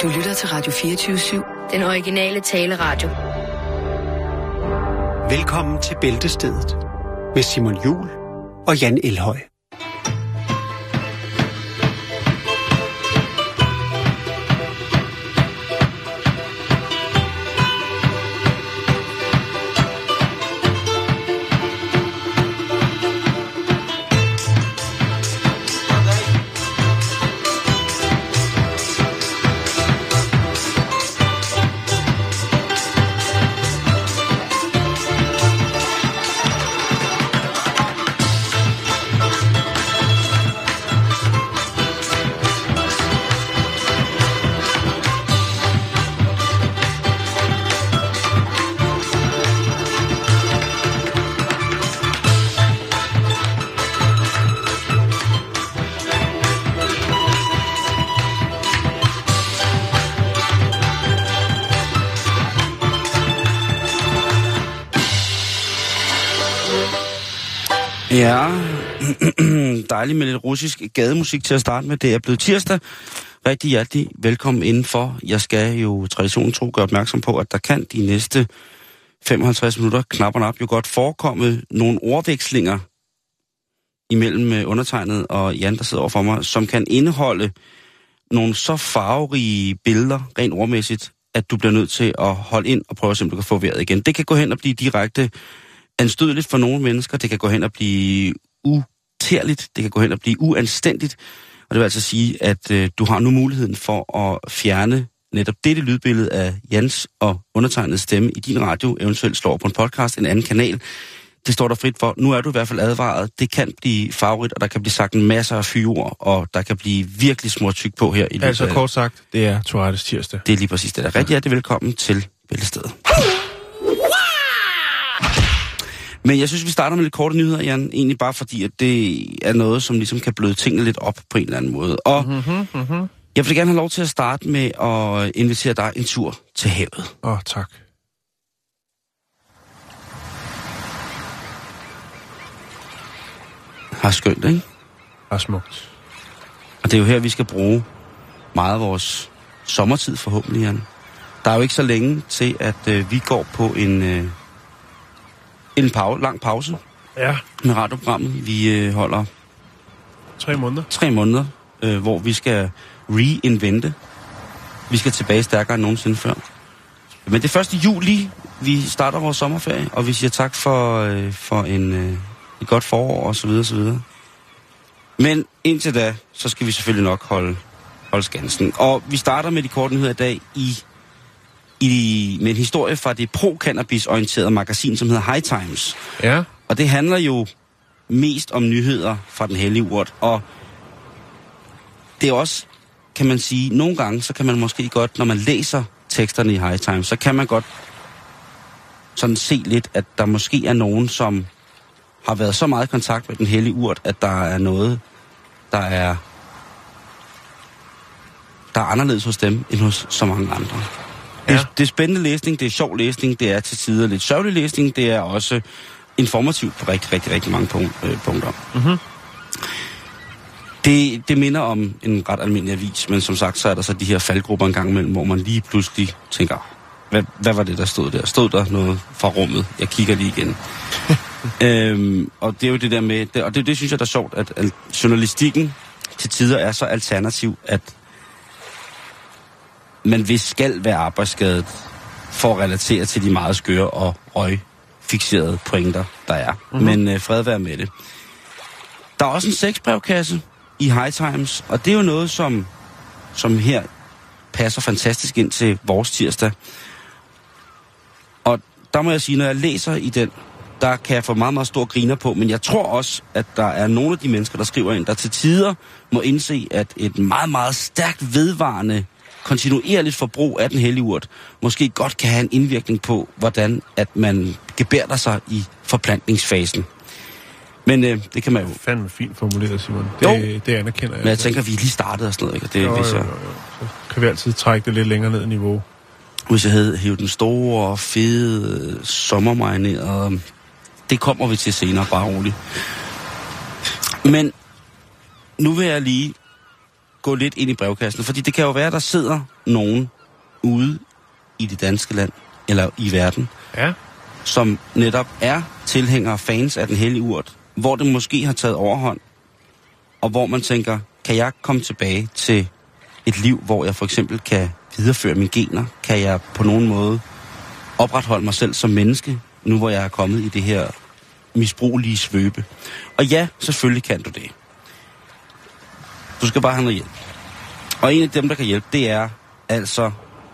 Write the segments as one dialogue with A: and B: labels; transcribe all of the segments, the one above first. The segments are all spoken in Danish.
A: Du lytter til Radio 24/7.
B: Den originale taleradio.
C: Velkommen til Bæltestedet med Simon Juhl og Jan Elhøj.
D: Ja, dejligt med lidt russisk gademusik til at starte med. Det er blevet tirsdag. Rigtig hjertelig velkommen indenfor. Jeg skal jo traditionen tro gøre opmærksom på, at der kan de næste 55 minutter knapperne op jo godt forekomme nogle ordvekslinger imellem undertegnet og Jan, der sidder overfor mig, som kan indeholde nogle så farverige billeder, rent ordmæssigt, at du bliver nødt til at holde ind og prøve at se, om du kan få vejret igen. Det kan gå hen og blive direkte anstødeligt for nogle mennesker. Det kan gå hen og blive utærligt. Det kan gå hen og blive uanstændigt. Og det vil altså sige, at du har nu muligheden for at fjerne netop dette lydbillede af Jans og undertegnet stemme i din radio, eventuelt slår på en podcast, en anden kanal. Det står der frit for. Nu er du i hvert fald advaret. Det kan blive farverigt, og der kan blive sagt en masse af fyreord, og der kan blive virkelig småtyk på her i løbet.
E: Altså kort sagt, det er Tourettes tirsdag.
D: Det er lige præcis det der. Rigtig hjertelig velkommen til Bæltestedet. Men jeg synes, vi starter med lidt korte nyheder, Jan. Egentlig bare fordi, at det er noget, som ligesom kan bløde tingene lidt op på en eller anden måde. Og jeg vil gerne have lov til at starte med at invitere dig en tur til havet.
E: Tak.
D: Har skønt, ikke?
E: Har smukt.
D: Og det er jo her, vi skal bruge meget af vores sommertid forhåbentlig, Jan. Der er jo ikke så længe til, at vi går på en lang pause med radioprogrammet. Vi holder
E: 3 måneder.
D: 3 måneder, hvor vi skal reinvente. Vi skal tilbage stærkere end nogensinde før. Men det er 1. juli, vi starter vores sommerferie, og vi siger tak for et godt forår og så videre, så videre. Men indtil da, så skal vi selvfølgelig nok holde skansen. Og vi starter med de korte nyheder i dag med en historie fra det pro-cannabis-orienterede magasin, som hedder High Times.
E: Ja.
D: Og det handler jo mest om nyheder fra den hellige urt. Og det er også, kan man sige, nogle gange, så kan man måske godt, når man læser teksterne i High Times, så kan man godt sådan se lidt, at der måske er nogen, som har været så meget i kontakt med den hellige urt, at der er noget, der er anderledes hos dem, end hos så mange andre. Ja. Det er spændende læsning, det er sjov læsning, det er til tider lidt sørgelig læsning, det er også informativt på rigtig mange punkter. Mm-hmm. Det minder om en ret almindelig avis, men som sagt, så er der så de her faldgrupper en gang imellem, hvor man lige pludselig tænker, hvad var det, der stod der? Stod der noget fra rummet? Jeg kigger lige igen. Og det er jo det der med, og det synes jeg, der er sjovt, at journalistikken til tider er så alternativ, at man vist skal være arbejdsskadet for at relatere til de meget skøre og røgfixerede pointer, der er. Mm-hmm. Men fred være med det. Der er også en sexbrevkasse i High Times, og det er jo noget, som her passer fantastisk ind til vores tirsdag. Og der må jeg sige, når jeg læser i den, der kan jeg få meget, meget stor griner på, men jeg tror også, at der er nogle af de mennesker, der skriver ind, der til tider må indse, at et meget, meget stærkt vedvarende kontinuerligt forbrug af den hellige urt måske godt kan have en indvirkning på, hvordan at man gebærder sig i forplantningsfasen. Men det kan man jo...
E: Fandme fint formuleret, Simon. Det anerkender jeg.
D: Men jeg tænker, at vi lige startede og sådan noget, ikke? Det,
E: jo. Så kan vi altid trække det lidt længere ned i niveau.
D: Hvis jeg havde hævet den store, fede, sommermarinerede... Det kommer vi til senere, bare roligt. Men nu vil jeg lige gå lidt ind i brevkassen. Fordi det kan jo være, at der sidder nogen ude i det danske land, eller i verden, som netop er tilhængere og fans af den hellige urt, hvor det måske har taget overhånd, og hvor man tænker, kan jeg komme tilbage til et liv, hvor jeg for eksempel kan videreføre mine gener? Kan jeg på nogen måde opretholde mig selv som menneske, nu hvor jeg er kommet i det her misbrugelige svøbe? Og ja, selvfølgelig kan du det. Du skal bare have noget hjælp. Og en af dem, der kan hjælpe, det er altså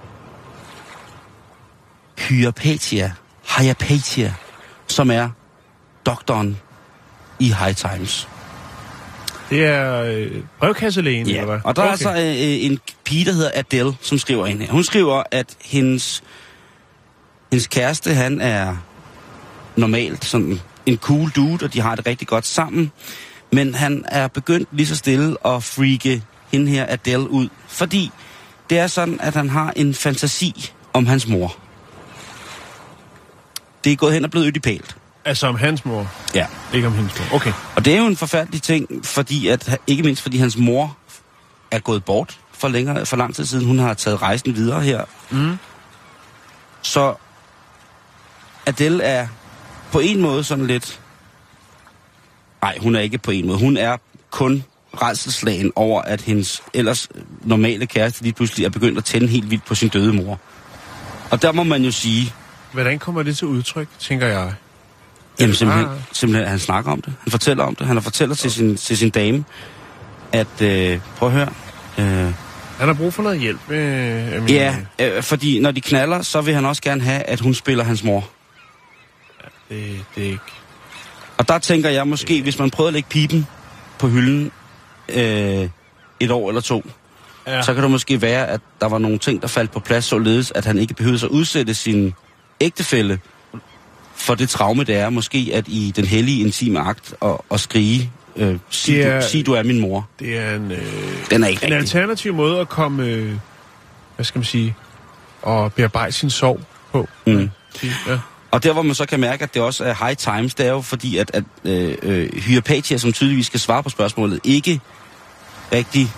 D: Hypatia, som er doktoren i High Times.
E: Det er brevkasselægen,
D: ja,
E: eller hvad?
D: Og der er altså en pige, der hedder Adele, som skriver ind her. Hun skriver, at hendes kæreste, han er normalt sådan en cool dude, og de har det rigtig godt sammen. Men han er begyndt lige så stille at freake hende her Adele ud. Fordi det er sådan, at han har en fantasi om hans mor. Det er gået hen og blevet ødipalt.
E: Altså om hans mor?
D: Ja.
E: Ikke om hendes mor, okay.
D: Og det er jo en forfærdelig ting, fordi at, ikke mindst fordi hans mor er gået bort for lang tid siden. Hun har taget rejsen videre her.
E: Mm.
D: Så Adele er på en måde sådan lidt... Nej, hun er ikke på en måde. Hun er kun rædselsslagen over, at hendes ellers normale kæreste lige pludselig er begyndt at tænde helt vildt på sin døde mor. Og der må man jo sige...
E: Hvordan kommer det til udtryk, tænker jeg?
D: Jamen simpelthen, han snakker om det. Han fortæller om det. Han fortæller til sin dame, at... prøv at høre...
E: Han har brug for noget hjælp.
D: Fordi når de knaller, så vil han også gerne have, at hun spiller hans mor.
E: Ja, det er ikke...
D: Og der tænker jeg måske, hvis man prøver at lægge pipen på hylden et år eller to, så kan det måske være, at der var nogle ting, der faldt på plads, således at han ikke behøvede at udsætte sin ægtefælle for det traume, det er måske, at i den hellige intime akt og skrige, sig du er min mor.
E: Det er
D: den er ikke
E: en alternativ måde at komme, hvad skal man sige, og bearbejde sin sorg på.
D: Mm.
E: Ja.
D: Og der, hvor man så kan mærke, at det også er High Times, det er jo fordi, at Hypatia, som tydeligvis skal svare på spørgsmålet, ikke rigtig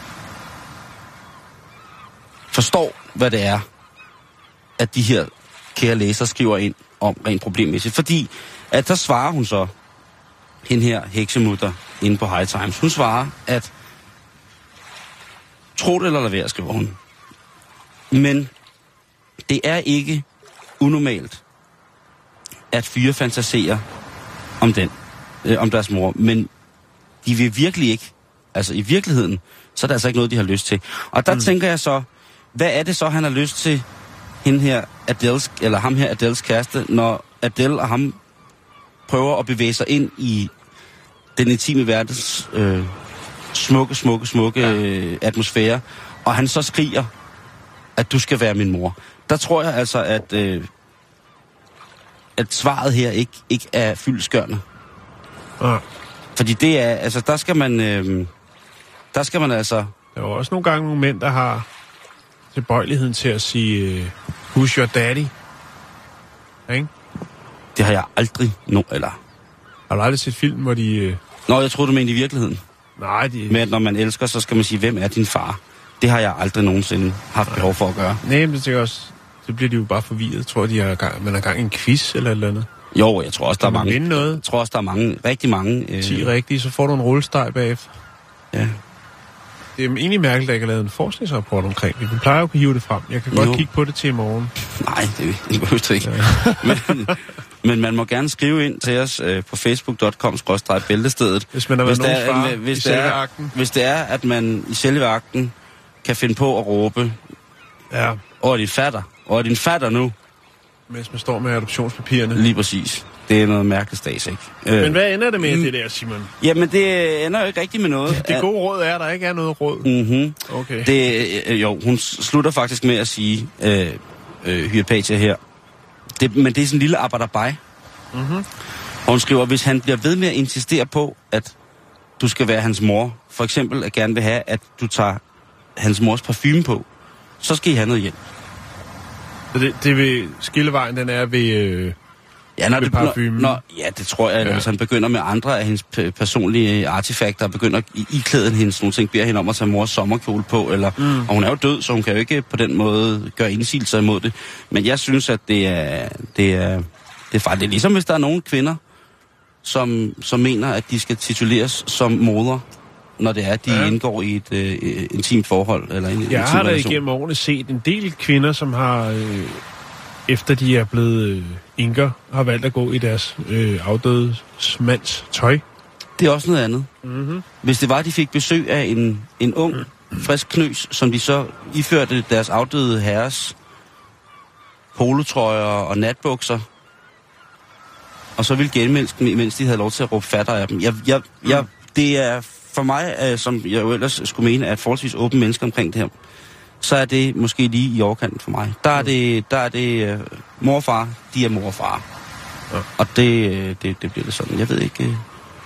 D: forstår, hvad det er, at de her kære læsere skriver ind om rent problemmæssigt. Fordi, at der svarer hun så, hende her heksemutter inde på High Times, hun svarer, at tro det eller lad være, skriver hun. Men det er ikke unormalt, at fyre fantaserer om deres mor, men de vil virkelig ikke, altså i virkeligheden, så er det altså ikke noget, de har lyst til. Og der tænker jeg så, hvad er det så, han har lyst til, hende her Adeles, eller ham her Adeles kæreste, når Adele og ham prøver at bevæge sig ind i den intime verdens smukke atmosfære, og han så skriger, at du skal være min mor. Der tror jeg altså, at svaret her ikke er fyldestgørende.
E: Ja.
D: Fordi det er, altså der skal man altså...
E: Der er også nogle gange nogle mænd, der har tilbøjeligheden til at sige, who's your daddy? Ikke?
D: Det har jeg aldrig eller...
E: Har du aldrig set film, hvor de...
D: Nå, jeg tror du mener i virkeligheden.
E: Nej, de...
D: Men når man elsker, så skal man sige, hvem er din far? Det har jeg aldrig nogensinde haft behov for at gøre.
E: Nej, men det er også... Så bliver de jo bare forvirret. Tror de, man er gang i en quiz eller et eller andet?
D: Jo, jeg tror også, der er mange...
E: Vinde noget?
D: Jeg tror også, der er mange, rigtig mange...
E: 10 rigtige, så får du en rullesteg bagefter.
D: Ja. Det
E: er egentlig mærkeligt, at jeg ikke har lavet en forskningsrapport omkring det. Vi plejer jo at kunne hive det frem. Jeg kan godt kigge på det til i morgen.
D: Nej, det behøver du ikke. Ja. men man må gerne skrive ind til os på facebook.com/bæltestedet.
E: Hvis man har været nogen far i selve akten.
D: Hvis det er, at man i selve akten kan finde på at råbe, og din fatter nu.
E: Mens man står med adoptionspapirerne.
D: Lige præcis. Det er noget mærkeligt stads, ikke?
E: Men hvad ender det med, det der, Simon?
D: Jamen, det ender jo ikke rigtigt med noget.
E: Det gode råd er, at der ikke er noget råd.
D: Mhm.
E: Okay.
D: Hun slutter faktisk med at sige, Hypatia her, men det er sådan en lille abadabaj.
E: Mhm.
D: Og hun skriver, hvis han bliver ved med at insistere på, at du skal være hans mor, for eksempel at gerne vil have, at du tager hans mors parfume på, så skal I have noget hjælp.
E: Det ved skillevejen, den er ved
D: Ja, når
E: med parfumen.
D: Ja, det tror jeg, at hvis han begynder med andre af hendes personlige artefakter, begynder at iklæde hendes nogle ting, beder hende om at tage mors sommerkjole på, eller, og hun er jo død, så hun kan jo ikke på den måde gøre indsigelser imod det. Men jeg synes, at det er faktisk ligesom, hvis der er nogle kvinder, som mener, at de skal tituleres som moder, når det er, at de indgår i et intimt forhold. Eller en
E: jeg har da igennem årene set en del kvinder, som har, efter de er blevet enker, har valgt at gå i deres afdøde mands tøj.
D: Det er også noget andet.
E: Mm-hmm.
D: Hvis det var, at de fik besøg af en ung, frisk knøs, som de så iførte deres afdøde herres polotrøjer og natbukser, og så ville genmælske, mens de havde lov til at råbe fatter af dem. Det er for mig, som jeg jo ellers skulle mene, at forholdsvis åbne mennesker omkring det her, så er det måske lige i overkanten for mig. Der er det mor og far, de er mor og far. Ja. Og det bliver det sådan. Jeg ved ikke...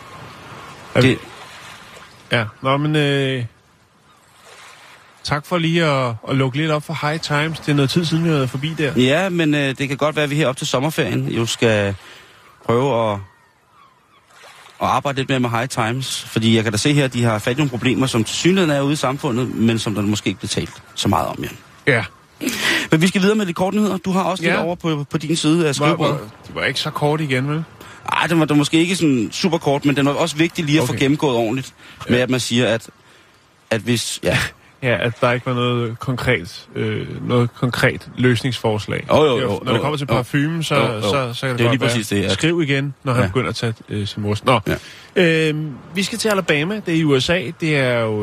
E: Ja, men tak for lige at lukke lidt op for High Times. Det er noget tid siden, vi har været forbi der.
D: Ja, men det kan godt være, at vi her op til sommerferien jo skal prøve at arbejde lidt mere med High Times. Fordi jeg kan da se her, at de har fat i nogle problemer, som tilsyneladende er ude i samfundet, men som der måske ikke bliver talt så meget om, ja.
E: Ja.
D: Men vi skal videre med de korte nyheder. Du har også lidt over på din side af skrivebordet.
E: Det var ikke så kort igen, vel?
D: Ej, den var måske ikke sådan super kort, men den var også vigtig lige at få gennemgået ordentligt. Ja. Med at man siger, at hvis... Ja.
E: Ja, at der ikke var noget konkret løsningsforslag.
D: Jo.
E: Når det kommer til parfumen, så kan det godt være. Det, skriv igen, når han begynder at tage sin mors. Nå. Ja. Vi skal til Alabama. Det er i USA. Det er jo...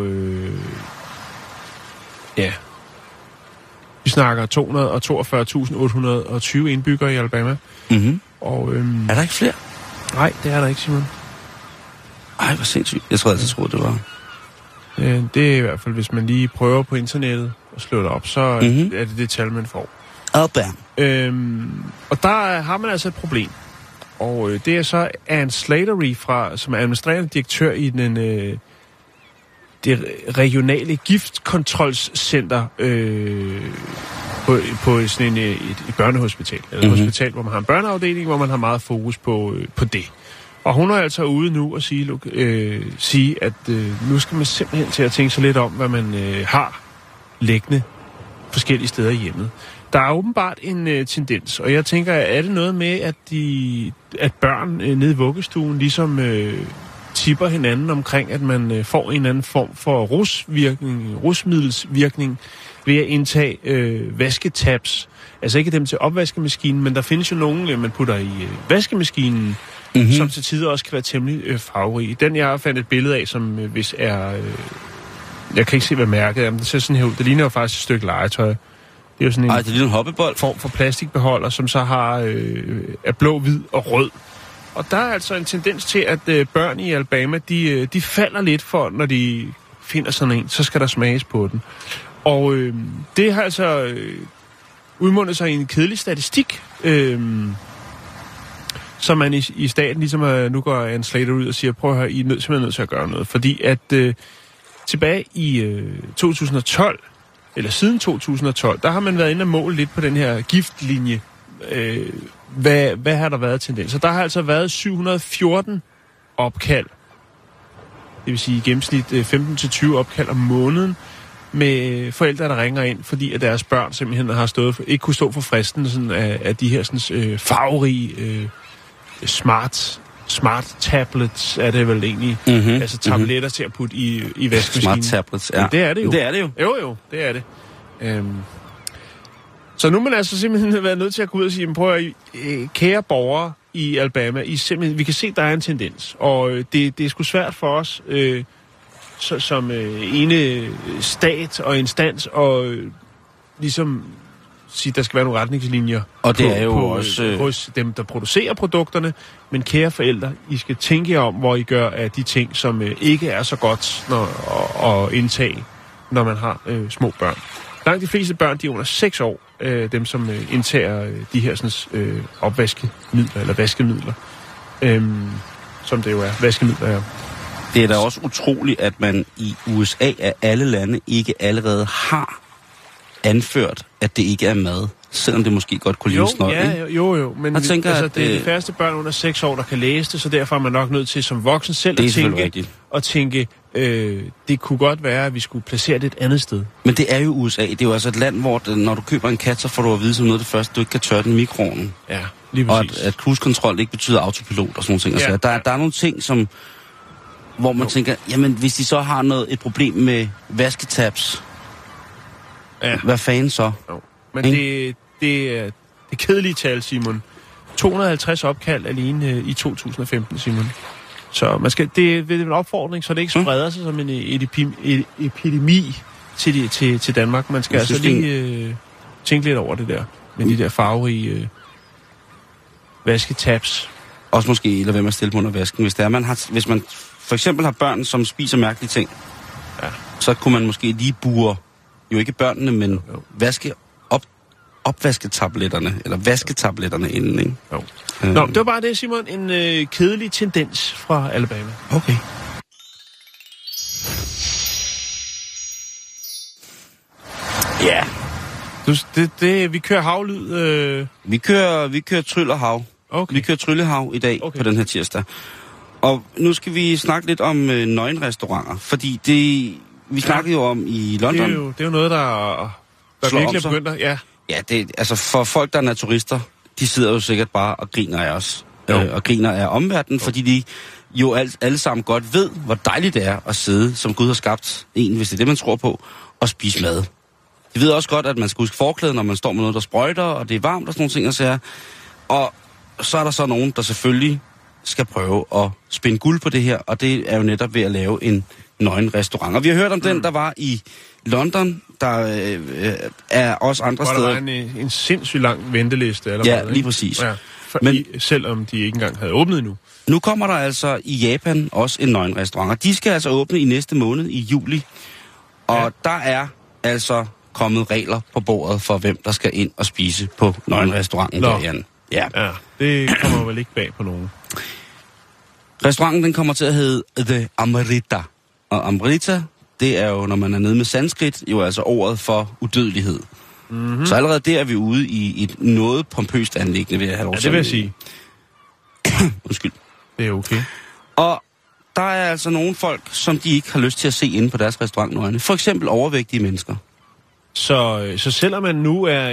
E: Vi snakker 242.820 indbyggere i Alabama.
D: Mm-hmm.
E: Og,
D: er der ikke flere?
E: Nej, det er der ikke, Simon.
D: Ej, hvor sindssygt. Jeg tror altid, det var...
E: Det er i hvert fald, hvis man lige prøver på internettet og slår det op, så er det tal, man får. Og der har man altså et problem. Og det er så Ann Slattery, som er administrerende direktør i det regionale giftkontrolscenter på sådan et børnehospital. Eller et hospital, hvor man har en børneafdeling, hvor man har meget fokus på det. Og hun er altså ude nu og sige, at nu skal man simpelthen til at tænke sig lidt om, hvad man har liggende forskellige steder i hjemmet. Der er åbenbart en tendens, og jeg tænker, er det noget med, at børn nede i vuggestuen ligesom tipper hinanden omkring, at man får en anden form for rusmiddelsvirkning ved at indtage vasketabs. Altså ikke dem til opvaskemaskinen, men der findes jo nogen, man putter i vaskemaskinen, som til tider også kan være temmelig farverige. Den, jeg har fandt et billede af, som hvis er... jeg kan ikke se, hvad mærket er, men det ser sådan her ud. Det ligner jo faktisk et stykke legetøj. Det er jo sådan en...
D: det ligner en hoppebold.
E: Form for plastikbeholder, som så har er blå, hvid og rød. Og der er altså en tendens til, at børn i Alabama, de falder lidt for, når de finder sådan en, så skal der smages på den. Og det har altså udmundet sig i en kedelig statistik, så man i staten ligesom nu går Ann Slater ud og siger, prøv at høre, I er simpelthen nødt til at gøre noget. Fordi at tilbage i 2012, eller siden 2012, der har man været inde og måle lidt på den her giftlinje. Hvad har der været tendenser? Der har altså været 714 opkald, det vil sige i gennemsnit 15-20 opkald om måneden, med forældre, der ringer ind, fordi at deres børn simpelthen har ikke kunne stå for fristelsen af de her sådan, farverige smart tablets, er det vel egentlig. Altså tabletter til at putte i vaskemaskinen.
D: Smart tablets, ja.
E: Men det er det jo.
D: Det er det jo.
E: Jo, det er det. Så nu er man altså simpelthen været nødt til at gå ud og sige, prøv at kære borgere i Alabama, vi kan se, at der er en tendens. Og det er sgu svært for os som ene stat og instans og ligesom sige, der skal være nogle retningslinjer
D: og det er jo også
E: hos dem, der producerer produkterne. Men kære forældre, I skal tænke jer om, hvor I gør af de ting, som ikke er så godt at indtage, når man har små børn. Langt de fleste børn, de er under 6 år, dem som indtager de her sådan, opvaskemidler eller vaskemidler, som det jo er. Vaskemidler, ja.
D: Det er da også utroligt, at man i USA af alle lande ikke allerede har anført, at det ikke er mad, selvom det måske godt kunne ligne snøj, ikke?
E: Jo, men
D: jeg tænker,
E: altså,
D: at,
E: det er de færreste børn under 6 år, der kan læse det, så derfor er man nok nødt til som voksen selv at tænke, det kunne godt være, at vi skulle placere det et andet sted.
D: Men det er jo USA. Det er jo altså et land, hvor når du køber en kat, så får du at vide som noget af det første, du ikke kan tørre den i mikroovnen.
E: Ja, lige præcis.
D: Og at cruise-kontrol ikke betyder autopilot og sådan nogle ting. Ja, der er nogle ting, hvor man tænker, jamen hvis de så har et problem med vasketabs, hvad fanden så?
E: Jo. Men det er kedelige tal, Simon. 250 opkald alene i 2015, Simon. Så man skal, det er en opfordring, så det ikke spreder sig som en epidemi til Danmark. Man skal altså lige tænke lidt over det der, med de der farverige vasketabs.
D: Også måske lade være med at stille på under vasken. Hvis man for eksempel har børn, som spiser mærkelige ting, så kunne man måske lige bure, jo ikke børnene, men opvasketabletterne, eller vasketabletterne inden, ikke?
E: Jo. Nå, det var bare det, Simon. En kedelig tendens fra Alabama.
D: Okay. Ja.
E: Vi kører havlyd.
D: Vi kører tryl og hav. Okay. Vi kører tryllehav i dag på den her tirsdag. Og nu skal vi snakke lidt om nøgenrestauranter, fordi vi snakkede jo om i London.
E: Det er jo noget, der virkelig er begyndt at...
D: Ja, altså for folk, der er naturister, de sidder jo sikkert bare og griner af os. Og griner af omverdenen, fordi de jo alle sammen godt ved, hvor dejligt det er at sidde, som Gud har skabt en, hvis det er det, man tror på, og spise mad. De ved også godt, at man skal huske forklæden, når man står med noget, der sprøjter, og det er varmt og sådan nogle ting, og så og så er der så nogen, der selvfølgelig skal prøve at spinde guld på det her, og det er jo netop ved at lave en nøgenrestaurant. Og vi har hørt om den, der var i London. Der er også andre steder.
E: Der var en sindssygt lang venteliste. Eller
D: ja, lige præcis.
E: Ja, men selvom de ikke engang havde åbnet endnu.
D: Nu kommer der altså i Japan også en nøgenrestaurant, og de skal altså åbne i næste måned, i juli. Og der er altså kommet regler på bordet for, hvem der skal ind og spise på nøgenrestauranten der, Jan.
E: Ja, det kommer vel ikke bag på nogen.
D: Restauranten, den kommer til at hedde The Amrita. Og Amrita, det er jo, når man er nede med sanskrit, jo altså ordet for udødelighed. Mm-hmm. Så allerede der er vi ude i et noget pompøst anliggende, vil jeg have lov til.
E: Ja, det vil jeg sige.
D: Undskyld.
E: Det er okay.
D: Og der er altså nogle folk, som de ikke har lyst til at se inde på deres restaurantnøgne. For eksempel overvægtige mennesker.
E: Så selvom man nu er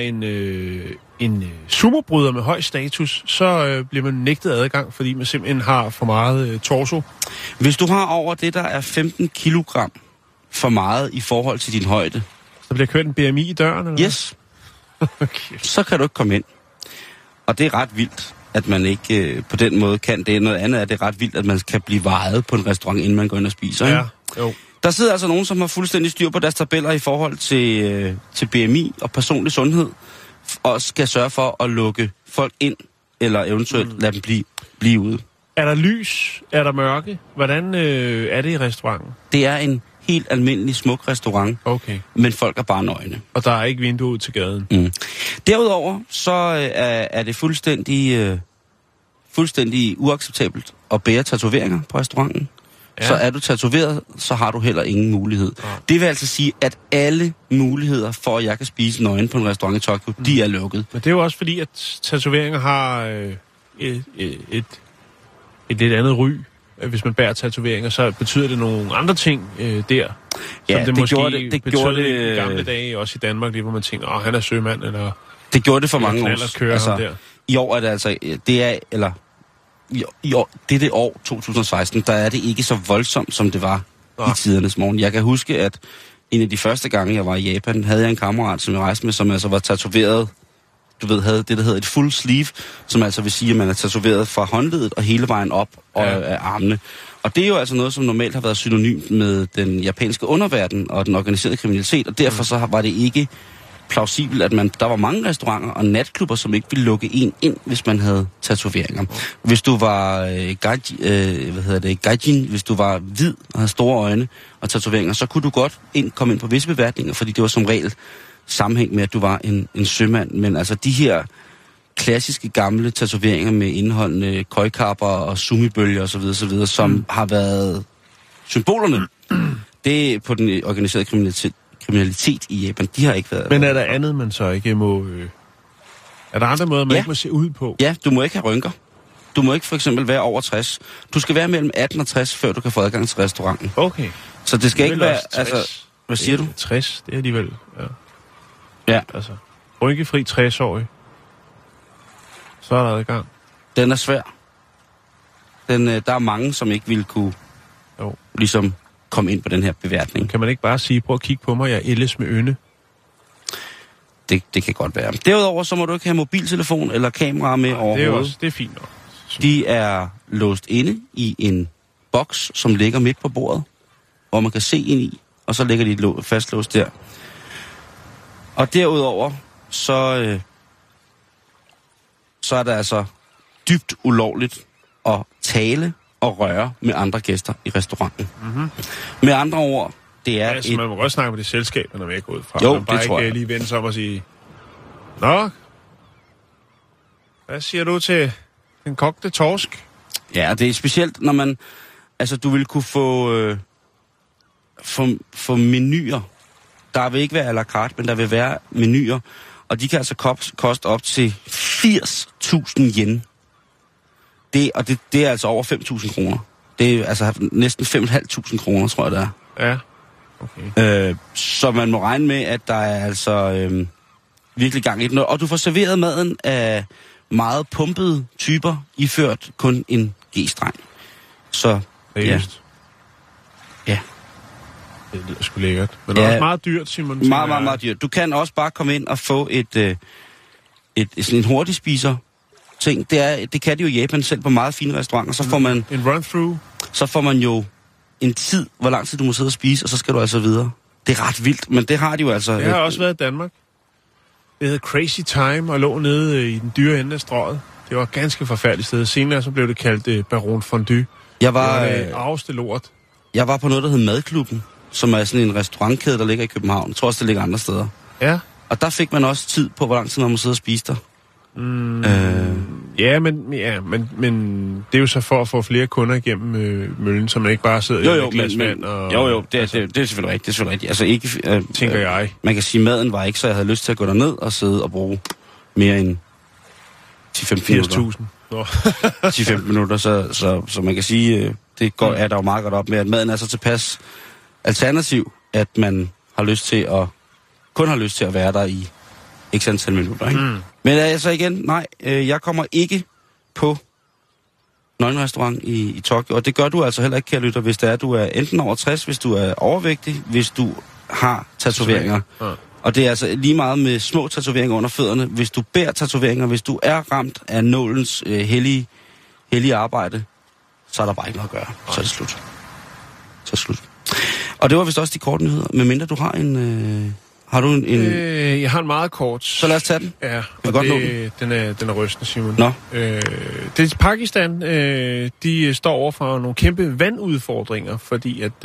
E: en sumobryder med høj status, så bliver man nægtet adgang, fordi man simpelthen har for meget torso.
D: Hvis du har over det, der er 15 kilogram for meget i forhold til din højde.
E: Så bliver kørt en BMI i døren, eller
D: yes. Okay. Så kan du ikke komme ind. Og det er ret vildt, at man ikke på den måde kan det. Noget andet er, det ret vildt, at man kan blive vejet på en restaurant, inden man går ind og spiser.
E: Ja, jo.
D: Der sidder altså nogen, som har fuldstændig styr på deres tabeller i forhold til BMI og personlig sundhed, og skal sørge for at lukke folk ind, eller eventuelt lade dem blive ude.
E: Er der lys? Er der mørke? Hvordan er det i restauranten?
D: Det er en helt almindelig smuk restaurant, men folk er bare nøgne.
E: Og der er ikke vindue ud til gaden?
D: Mm. Derudover så er det fuldstændig uacceptabelt at bære tatoveringer på restauranten. Ja. Så er du tatoveret, så har du heller ingen mulighed. Ja. Det vil altså sige, at alle muligheder for, at jeg kan spise nøgen på en restaurant i Tokyo, de er lukket.
E: Men det er jo også fordi, at tatoveringer har et lidt andet ry. Hvis man bærer tatoveringer, så betyder det nogle andre ting der.
D: Ja,
E: som det måske gjorde det i gamle dage, også i Danmark, lige hvor man tænker, han er sømand, eller...
D: Det gjorde det for mange år. Altså, i år er det altså... I år, det år 2016, der er det ikke så voldsomt, som det var i tidernes morgen. Jeg kan huske, at en af de første gange, jeg var i Japan, havde jeg en kammerat, som jeg rejste med, som altså var tatoveret, havde det, der hedder et full sleeve, som altså vil sige, at man er tatoveret fra håndledet og hele vejen op af armene. Og det er jo altså noget, som normalt har været synonymt med den japanske underverden og den organiserede kriminalitet, og derfor så var det ikke plausibelt, at der var mange restauranter og natklubber, som ikke ville lukke en ind, hvis man havde tatoveringer. Hvis du var gaijin, hvis du var hvid og havde store øjne og tatoveringer, så kunne du godt komme ind på visse beværtninger, fordi det var som regel sammenhæng med, at du var en sømand. Men altså de her klassiske gamle tatoveringer med indholdende køjkapper og sumibølger osv., som har været symbolerne, det er på den organiserede kriminalitet i Japan, de har ikke været...
E: Men er der andet, man så ikke må Er der andre måder, man ikke må se ud på?
D: Ja, du må ikke have rynker. Du må ikke for eksempel være over 60. Du skal være mellem 18 og 60, før du kan få adgang til restauranten.
E: Okay.
D: Så det skal ikke være... Altså, hvad siger du?
E: 60, det er alligevel...
D: Ja.
E: Altså, rynkefri 60-årig. Så er der adgang.
D: Den er svær. Der er mange, som ikke ville kunne ligesom komme ind på den her beværtning.
E: Kan man ikke bare sige, prøv at kigge på mig, jeg ældes med ynde?
D: Det kan godt være. Derudover så må du ikke have mobiltelefon eller kamera med overhovedet.
E: Det er fint nok.
D: De er låst inde i en boks, som ligger midt på bordet, hvor man kan se ind i, og så ligger de fastlåst der. Og derudover, så er det altså dybt ulovligt at tale og røre med andre gæster i restauranten. Mm-hmm. Med andre ord, det er
E: altså, man må godt snakke med det selskab, når man er gået fra.
D: Jo,
E: man bare
D: det tror jeg.
E: ikke lige vende sig om og sige, nå, hvad siger du til en kogte torsk?
D: Ja, det er specielt, når man... Altså, du vil kunne få menuer. Der vil ikke være à la carte, men der vil være menuer. Og de kan altså koste op til 80.000 yen. Det er altså over 5.000 kroner. Det er altså næsten 5.500 kroner, tror jeg, det er.
E: Ja, okay.
D: Så man må regne med, at der er altså virkelig gang i den. Og du får serveret maden af meget pumpede typer, iført kun en G-streng. Så, ja.
E: Det lyder sgu lækkert. Men det er også meget dyrt, Simon.
D: Meget dyrt. Du kan også bare komme ind og få sådan en hurtig spiser ting. Det kan de jo i Japan selv på meget fine restauranter. Så får man...
E: En run-through? Så
D: får man jo en tid, hvor lang tid du må sidde og spise, og så skal du altså videre. Det er ret vildt, men det har de jo altså...
E: Jeg har også været i Danmark. Det hedder Crazy Time, og lå nede i den dyre ende af strøget. Det var et ganske forfærdeligt sted. Senere så blev det kaldt Baron Fondue. Det var det arveste lort.
D: Jeg var på noget, der hed Madklubben, som er sådan en restaurantkæde, der ligger i København. Jeg tror også, det ligger andre steder.
E: Ja.
D: Og der fik man også tid på, hvor lang tid man må sidde og spise der.
E: Ja, men det er jo så for at få flere kunder igennem møllen, så man ikke bare sidder i et glas vand. Og,
D: det er selvfølgelig rigtigt. Altså ikke...
E: tænker jeg.
D: Man kan sige, at maden var ikke, så jeg havde lyst til at gå derned og sidde og bruge mere end 10-15 minutter. 10-15 minutter, så man kan sige, det går, er der jo meget godt op med, at maden er så tilpas alternativ, at man har lyst til kun har lyst til at være der i x antal minutter, ikke? Men altså igen, nej, jeg kommer ikke på nøgenrestaurant i Tokyo, og det gør du altså heller ikke, kære lytter, hvis det er, du er enten over 60, hvis du er overvægtig, hvis du har tatoveringer. Ja. Og det er altså lige meget med små tatoveringer under fødderne. Hvis du bærer tatoveringer, hvis du er ramt af nålens hellige arbejde, så er der bare ikke noget at gøre. Så er det slut. Og det var vist også de korte nyheder, medmindre du har en... Har du en...
E: Jeg har en meget kort.
D: Så lad os tage den.
E: Ja,
D: og
E: den er rystende, Simon.
D: Nå.
E: Det er Pakistan. De står over for nogle kæmpe vandudfordringer, fordi at...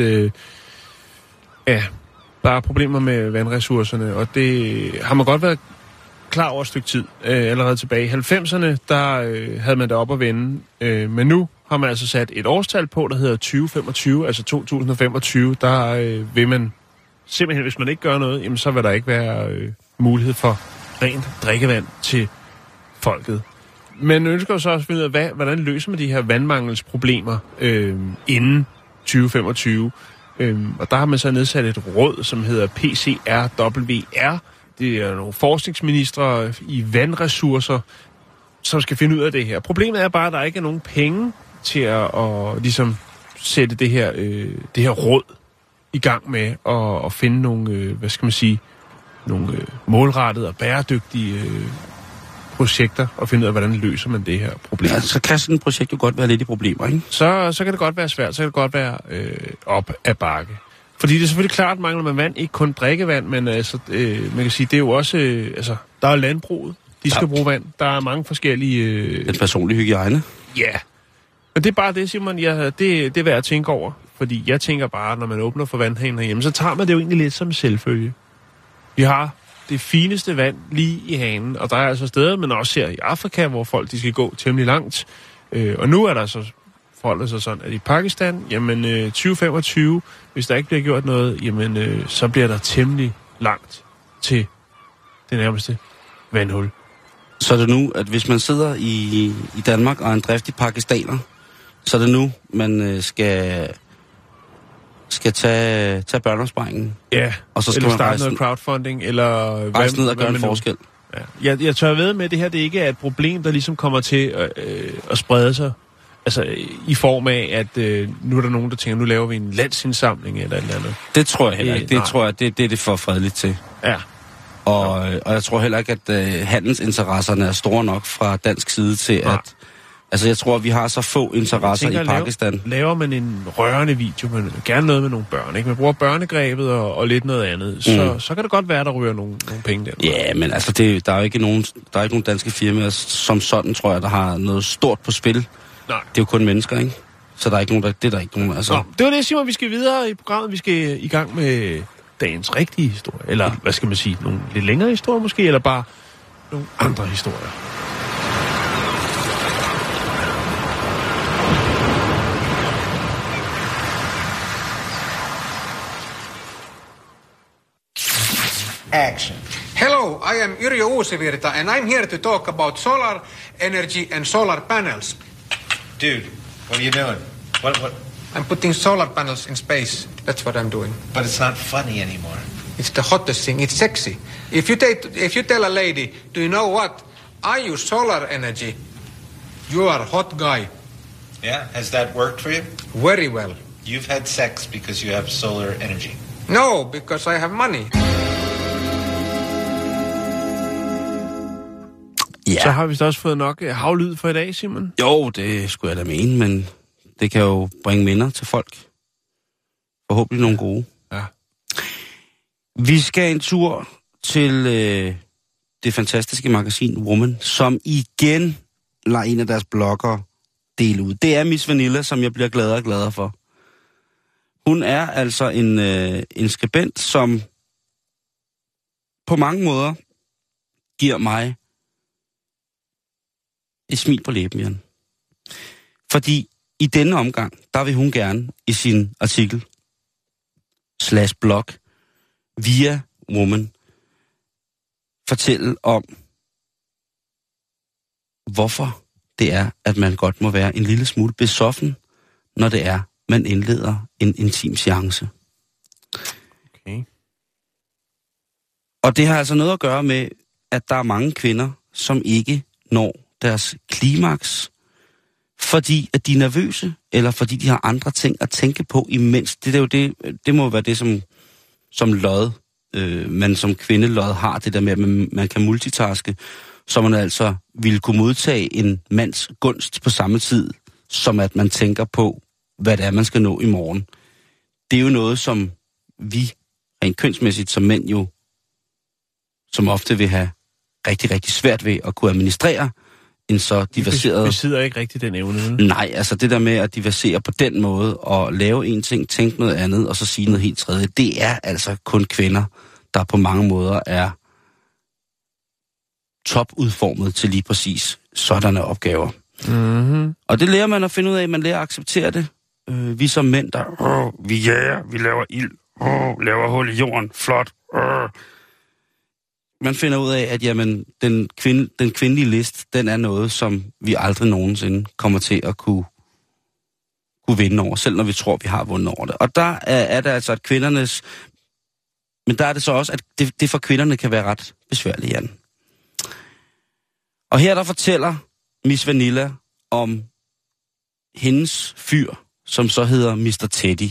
E: der er problemer med vandressourcerne, og det har man godt været klar over et stykke tid. Allerede tilbage i 90'erne, der havde man det op at vende. Men nu har man altså sat et årstal på, der hedder 2025, altså 2025. Der vil man simpelthen, hvis man ikke gør noget, jamen, så vil der ikke være mulighed for rent drikkevand til folket. Men ønsker jo så også at finde ud af, hvordan løser man de her vandmangelsproblemer inden 2025. Og der har man så nedsat et råd, som hedder PCRWR. Det er nogle forskningsministre i vandressourcer, som skal finde ud af det her. Problemet er bare, at der ikke er nogen penge til at ligesom sætte det her råd i gang med at finde nogle, nogle målrettede og bæredygtige projekter og finde ud af, hvordan løser man det her problem.
D: Ja, så kan sådan et projekt jo godt være lidt i problemer, ikke?
E: Så kan det godt være svært, så kan det godt være op ad bakke. Fordi det er selvfølgelig klart, mangler man vand, ikke kun drikkevand, men altså, man kan sige, det er jo også, der er landbruget, de skal bruge vand, der er mange forskellige...
D: Den personlige hygiejne.
E: Ja, men det er bare det, Simon, det er værd at tænke over. Fordi jeg tænker bare, når man åbner for vandhanen herhjemme, så tager man det jo egentlig lidt som selvfølge. Vi har det fineste vand lige i hanen, og der er altså steder, men også her i Afrika, hvor folk de skal gå temmelig langt. Og nu er der så forholdet sig sådan, at i Pakistan, jamen 2025, hvis der ikke bliver gjort noget, jamen så bliver der temmelig langt til det nærmeste vandhul.
D: Så er det nu, at hvis man sidder i Danmark og er en driftig pakistaner, så er det nu, man skal tage børneopsparingen.
E: Ja,
D: og så skal
E: eller
D: man
E: starte noget crowdfunding, eller...
D: Rejse ned og gøre en forskel.
E: Ja. Jeg tør ved med, at det her det ikke er et problem, der ligesom kommer til at sprede sig. Altså i form af, at nu er der nogen, der tænker, nu laver vi en landsindsamling eller et eller andet.
D: Det tror jeg heller ikke. Det tror jeg, det er det for fredeligt til.
E: Ja.
D: Og jeg tror heller ikke, at handelsinteresserne er store nok fra dansk side til, at... Altså, jeg tror, at vi har så få interesser i Pakistan.
E: Laver man en rørende video, men gerne noget med nogle børn, ikke? Man bruger børnegrebet og lidt noget andet, så kan det godt være, der ryger nogle penge der.
D: Ja, men altså, der er jo ikke nogen danske firmaer, som sådan, tror jeg, der har noget stort på spil.
E: Nej.
D: Det er jo kun mennesker, ikke? Så der er ikke nogen, det er der ikke nogen, altså...
E: Nå, det var det, Simon, vi skal videre i programmet. Vi skal i gang med dagens rigtige historie. Eller, hvad skal man sige, nogle lidt længere historier måske, eller bare nogle andre historier.
B: Action. Hello, I am Yrjö Uusivirta and I'm here to talk about solar energy and solar panels.
F: Dude, what are you doing? What?
B: I'm putting solar panels in space. That's what I'm doing.
F: But it's not funny anymore.
B: It's the hottest thing. It's sexy. If you tell a lady, do you know what? I use solar energy. You are a hot guy.
F: Yeah? Has that worked for you?
B: Very well.
F: You've had sex because you have solar energy.
B: No, because I have money.
E: Ja. Så har vi også fået nok havlyd for i dag, Simon.
D: Jo, det skulle jeg da mene, men det kan jo bringe minder til folk. Forhåbentlig nogle gode.
E: Ja.
D: Vi skal en tur til det fantastiske magasin Woman, som igen lader en af deres blogger dele ud. Det er Miss Vanilla, som jeg bliver gladere og gladere for. Hun er altså en skribent, som på mange måder giver mig et smil på læben, Jan. Fordi i denne omgang, der vil hun gerne i sin artikel /blog via Woman fortælle om, hvorfor det er, at man godt må være en lille smule besoffen, når det er, man indleder en intim seance.
E: Okay.
D: Og det har altså noget at gøre med, at der er mange kvinder, som ikke når deres klimaks, fordi at de er nervøse, eller fordi de har andre ting at tænke på imens. Det er jo det må være det, som lod, man som kvindelod har, det der med, at man kan multitaske, så man altså ville kunne modtage en mands gunst på samme tid, som at man tænker på, hvad det er, man skal nå i morgen. Det er jo noget, som vi, rent kønsmæssigt som mænd jo, som ofte vil have rigtig, rigtig svært ved at kunne administrere en så diversiret...
E: Vi besidder ikke rigtig den evne.
D: Nej, altså det der med at diversiere på den måde, og lave en ting, tænke noget andet, og så sige noget helt tredje, det er altså kun kvinder, der på mange måder er topudformet til lige præcis sådanne opgaver.
E: Mm-hmm.
D: Og det lærer man at finde ud af, man lærer at acceptere det. Vi som mænd, der vi jager, vi laver ild, laver hul i jorden, flot. Man finder ud af, at jamen, den kvindelige list, den er noget, som vi aldrig nogensinde kommer til at kunne vinde over, selv når vi tror, vi har vundet over det. Og der er det altså, at kvindernes... Men der er det så også, at det for kvinderne kan være ret besværligt, Jan. Og her der fortæller Miss Vanilla om hendes fyr, som så hedder Mr. Teddy.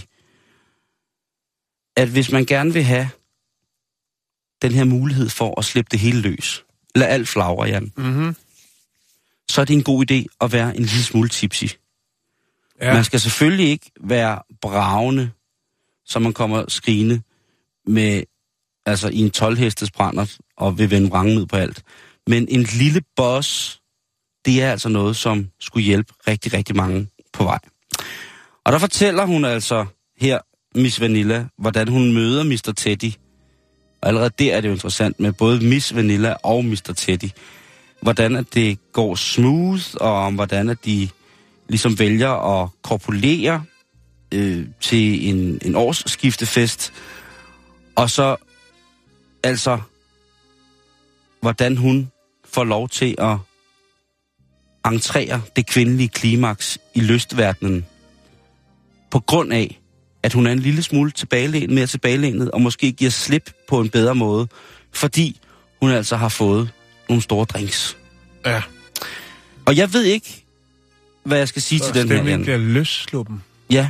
D: At hvis man gerne vil have den her mulighed for at slippe det hele løs, lad alt flagre, Jan, så er det en god idé at være en lille smule tipsy. Ja. Man skal selvfølgelig ikke være bravende, så man kommer skrigende med, altså i en 12-hestes brændert og vil vende vrangen ud på alt. Men en lille boss, det er altså noget, som skulle hjælpe rigtig, rigtig mange på vej. Og der fortæller hun altså her, Miss Vanilla, hvordan hun møder Mr. Teddy. Og allerede der er det jo interessant med både Miss Vanilla og Mr. Teddy. Hvordan at det går smooth, og hvordan at de ligesom vælger at korpulere til en årsskiftefest. Og så altså, hvordan hun får lov til at entrere det kvindelige klimaks i lystverdenen, på grund af, at hun er en lille smule mere tilbagelænet, og måske giver slip på en bedre måde, fordi hun altså har fået nogle store drinks.
E: Ja.
D: Og jeg ved ikke, hvad jeg skal sige til den her.
E: Stemningen bliver løssluppen.
D: Ja.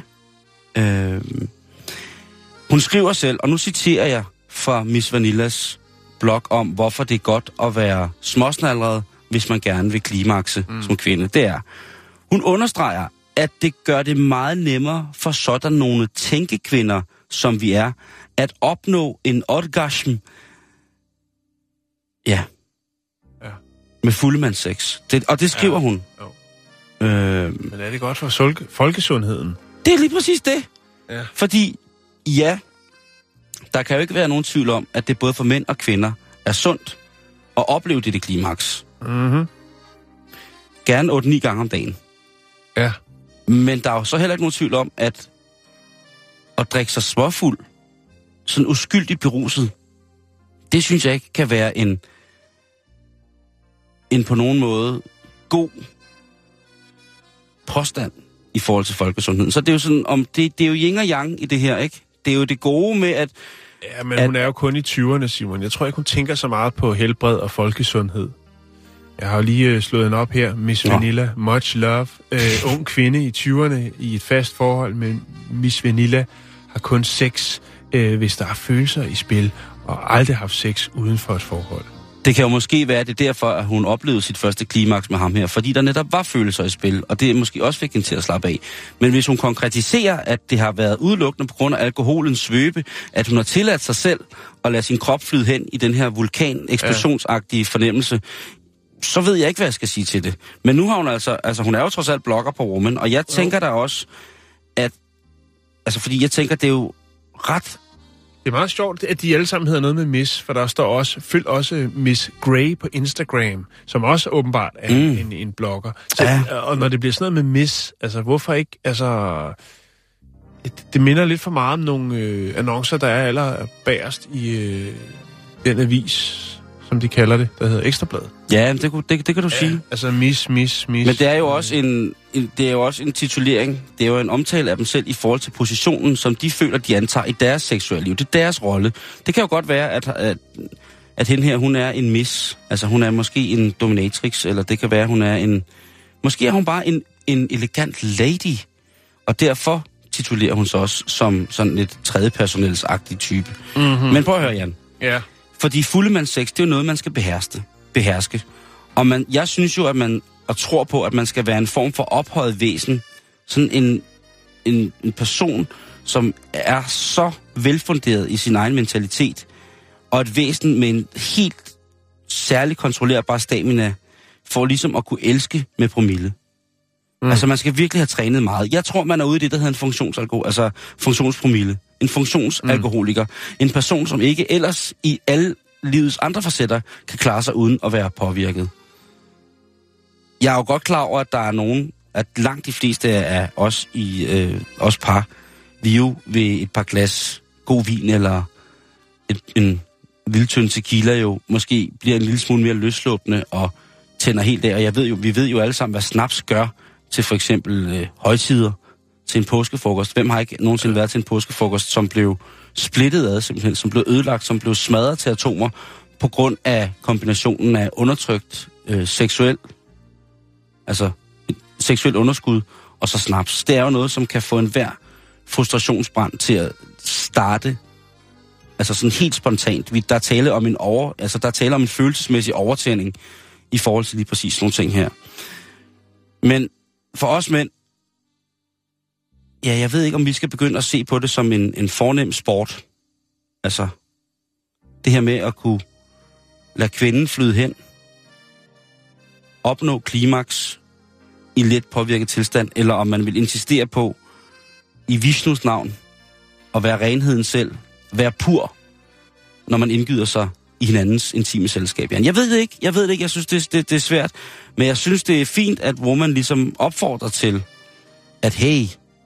D: Hun skriver selv, og nu citerer jeg fra Miss Vanillas blog om, hvorfor det er godt at være småsnalret, hvis man gerne vil klimakse som kvinde. Det er, hun understreger, at det gør det meget nemmere for sådan nogle tænkekvinder, som vi er, at opnå en orgasm, ja, med fuldmandssex. Og det skriver hun.
E: Jo. Men er det godt for folkesundheden?
D: Det er lige præcis det.
E: Ja.
D: Fordi, ja, der kan jo ikke være nogen tvivl om, at det både for mænd og kvinder er sundt at opleve det klimaks.
E: Mhm.
D: Gerne 8-9 gange om dagen.
E: Ja.
D: Men der er jo så heller ikke nogen tvivl om, at drikke sig småfuld, sådan uskyldigt beruset, det synes jeg ikke kan være en på nogen måde god påstand i forhold til folkesundheden. Så det er jo sådan, det er jo yin og yang i det her, ikke? Det er jo det gode med, at...
E: Ja, men hun er jo kun i 20'erne, Simon. Jeg tror ikke, hun tænker så meget på helbred og folkesundhed. Jeg har jo lige slået hende op her. Miss Vanilla, much love. Ung kvinde i 20'erne i et fast forhold med Miss Vanilla har kun sex, hvis der er følelser i spil, og aldrig haft sex uden for et forhold.
D: Det kan jo måske være, det derfor, at hun oplevede sit første klimaks med ham her, fordi der netop var følelser i spil, og det måske også fik hende til at slappe af. Men hvis hun konkretiserer, at det har været udelukkende på grund af alkoholens svøbe, at hun har tilladt sig selv at lade sin krop flyde hen i den her vulkan-eksplosionsagtige fornemmelse, så ved jeg ikke, hvad jeg skal sige til det. Men nu har hun altså hun er jo trods alt blogger på Woman, og jeg tænker da også, at, fordi jeg tænker, det er jo ret...
E: Det er meget sjovt, at de alle sammen hedder noget med Miss, for der står også, følg også Miss Grey på Instagram, som også åbenbart er en blogger. Så, og når det bliver sådan noget med Miss, hvorfor ikke, det minder lidt for meget om nogle annoncer, der er allerbærest i den avis, som de kalder det, der hedder Ekstrabladet.
D: Ja, det kan du sige.
E: Altså Miss. Men
D: det er jo også en titulering. Det er jo en omtale af dem selv i forhold til positionen, som de føler, de antager i deres seksuelle liv. Det er deres rolle. Det kan jo godt være, at hende her, hun er en miss. Altså, hun er måske en dominatrix, eller det kan være, hun er måske er hun bare en elegant lady, og derfor titulerer hun sig også som sådan et tredjepersonelsagtig type. Mm-hmm. Men prøv at høre, Jan.
E: Ja.
D: Fordi fuldemandssex, det er jo noget, man skal beherske. Og jeg synes jo, at tror på, at man skal være en form for ophøjet væsen. Sådan en person, som er så velfunderet i sin egen mentalitet. Og et væsen med en helt særlig kontrollerbar stamina, for ligesom at kunne elske med promille. Altså, man skal virkelig have trænet meget. Jeg tror, man er ude i det, der hedder en funktionspromille. En funktionsalkoholiker. En person, som ikke ellers i alle livets andre facetter kan klare sig uden at være påvirket. Jeg er jo godt klar over, at der er nogen, at langt de fleste af os par, vi jo ved et par glas god vin eller en lille tynd tequila jo måske bliver en lille smule mere løsslåbende og tænder helt af. Og vi ved jo alle sammen, hvad snaps gør til for eksempel højtider, til en påskefrokost. Hvem har ikke nogensinde været til en påskefrokost, som blev splittet ad, simpelthen, som blev ødelagt, som blev smadret til atomer, på grund af kombinationen af undertrykt seksuel underskud, og så snaps. Det er jo noget, som kan få enhver frustrationsbrand til at starte, altså sådan helt spontant. Der er tale om en følelsesmæssig overtænding i forhold til lige præcis nogle ting her. Men for os mænd, ja, jeg ved ikke, om vi skal begynde at se på det som en fornem sport. Altså, det her med at kunne lade kvinden flyde hen, opnå klimaks i let påvirket tilstand, eller om man vil insistere på, i Vishnus navn, at være renheden selv, være pur, når man indgyder sig i hinandens intime selskab. Jeg ved det ikke, jeg synes, det er svært, men jeg synes, det er fint, at Woman ligesom opfordrer til, at hey,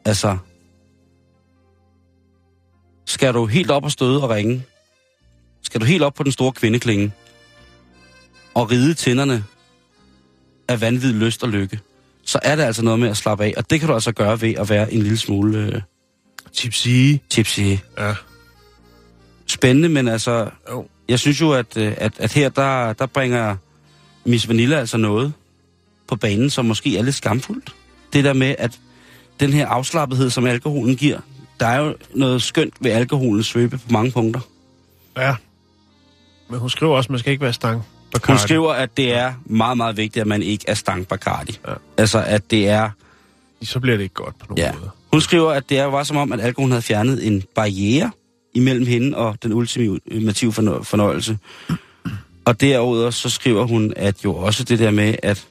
D: skal du helt op og støde og ringe? Skal du helt op på den store kvindeklinge? og ride tænderne af vanvid, lyst og lykke, så er det altså noget med at slappe af. Og det kan du altså gøre ved at være en lille smule... Tipsy.
E: Ja.
D: Spændende, men altså... Jeg synes jo, at her, der bringer Miss Vanilla altså noget på banen, som måske er lidt skamfuldt. Det der med, at den her afslappethed, som alkoholen giver, der er jo noget skønt ved alkoholens svøbe på mange punkter.
E: Ja. Men hun skriver også, at man skal ikke være stang Bacardi.
D: Hun skriver, at det er meget, meget vigtigt, at man ikke er stang Bacardi.
E: Ja.
D: Altså, at det er...
E: Så bliver det ikke godt på nogen måde.
D: Hun skriver, at det var som om, at alkoholen havde fjernet en barriere imellem hende og den ultimative fornøjelse. Og derudover så skriver hun, at jo også det der med, at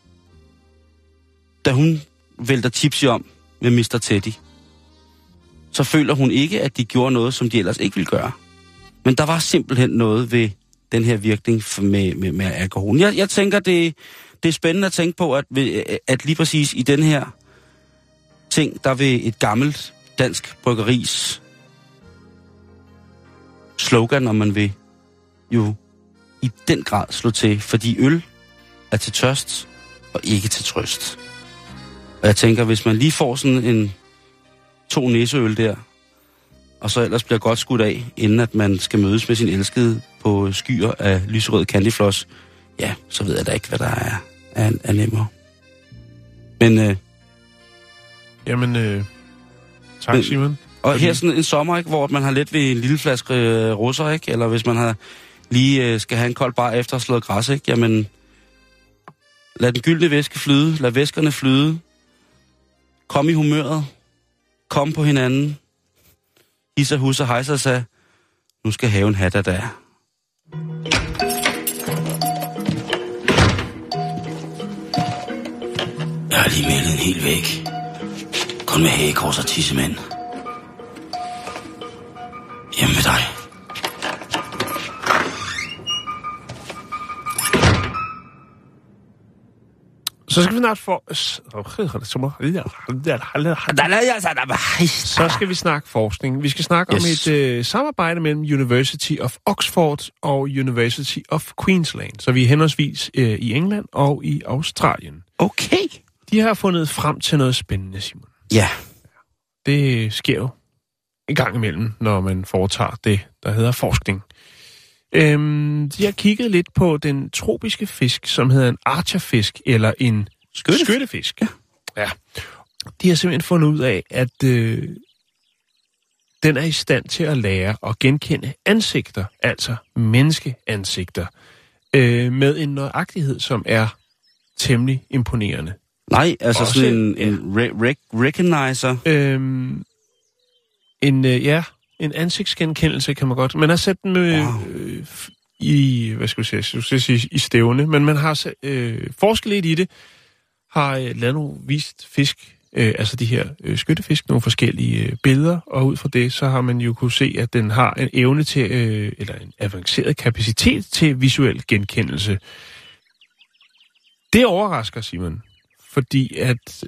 D: da hun vælter Tipsy om med Mr. Teddy, så føler hun ikke, at de gjorde noget, som de ellers ikke ville gøre. Men der var simpelthen noget ved den her virkning med alkoholen. Jeg tænker, det er spændende at tænke på, at lige præcis i den her ting, der vil et gammelt dansk bryggeris slogan, om man vil, jo i den grad slå til, fordi øl er til tørst og ikke til trøst. Og jeg tænker, hvis man lige får sådan 2 næseøl der, og så ellers bliver godt skudt af, inden at man skal mødes med sin elskede på skyer af lyserød candyfloss, ja, så ved jeg da ikke, hvad der er nemmere. Men...
E: tak, Simon.
D: Og her sådan en sommer, ikke, hvor man har let ved en lille flaske russer, ikke? Eller hvis man har lige skal have en kold bar efter at have slået græs, ikke? Jamen, lad den gyldne væske flyde. Lad væskerne flyde. Kom i humøret. Kom på hinanden. Hisser, husser, hejser sig. Nu skal haven have der. Jeg har lige malet en hel væg. Kun med hagekors og tissemænd. Hjemme ved dig.
E: Så skal vi snart Så skal vi snakke forskning. Vi skal snakke om et samarbejde mellem University of Oxford og University of Queensland. Så vi er henholdsvis i England og i Australien.
D: Okay.
E: De har fundet frem til noget spændende, Simon.
D: Ja.
E: Det sker jo en gang imellem, når man foretager det, der hedder forskning. De har kigget lidt på den tropiske fisk, som hedder en archerfisk, eller en skyttefisk. Ja. De har simpelthen fundet ud af, at den er i stand til at lære og genkende ansigter, altså menneskeansigter, med en nøjagtighed, som er temmelig imponerende.
D: Nej, altså også, sådan en recognizer.
E: En ansigtsgenkendelse kan man godt. Man har sat dem i stævne, men man har forsket lidt i det, har lavet nogle vist fisk, altså de her skyttefisk, nogle forskellige billeder, og ud fra det, så har man jo kunne se, at den har en evne til, eller en avanceret kapacitet til visuel genkendelse. Det overrasker, Simon, fordi at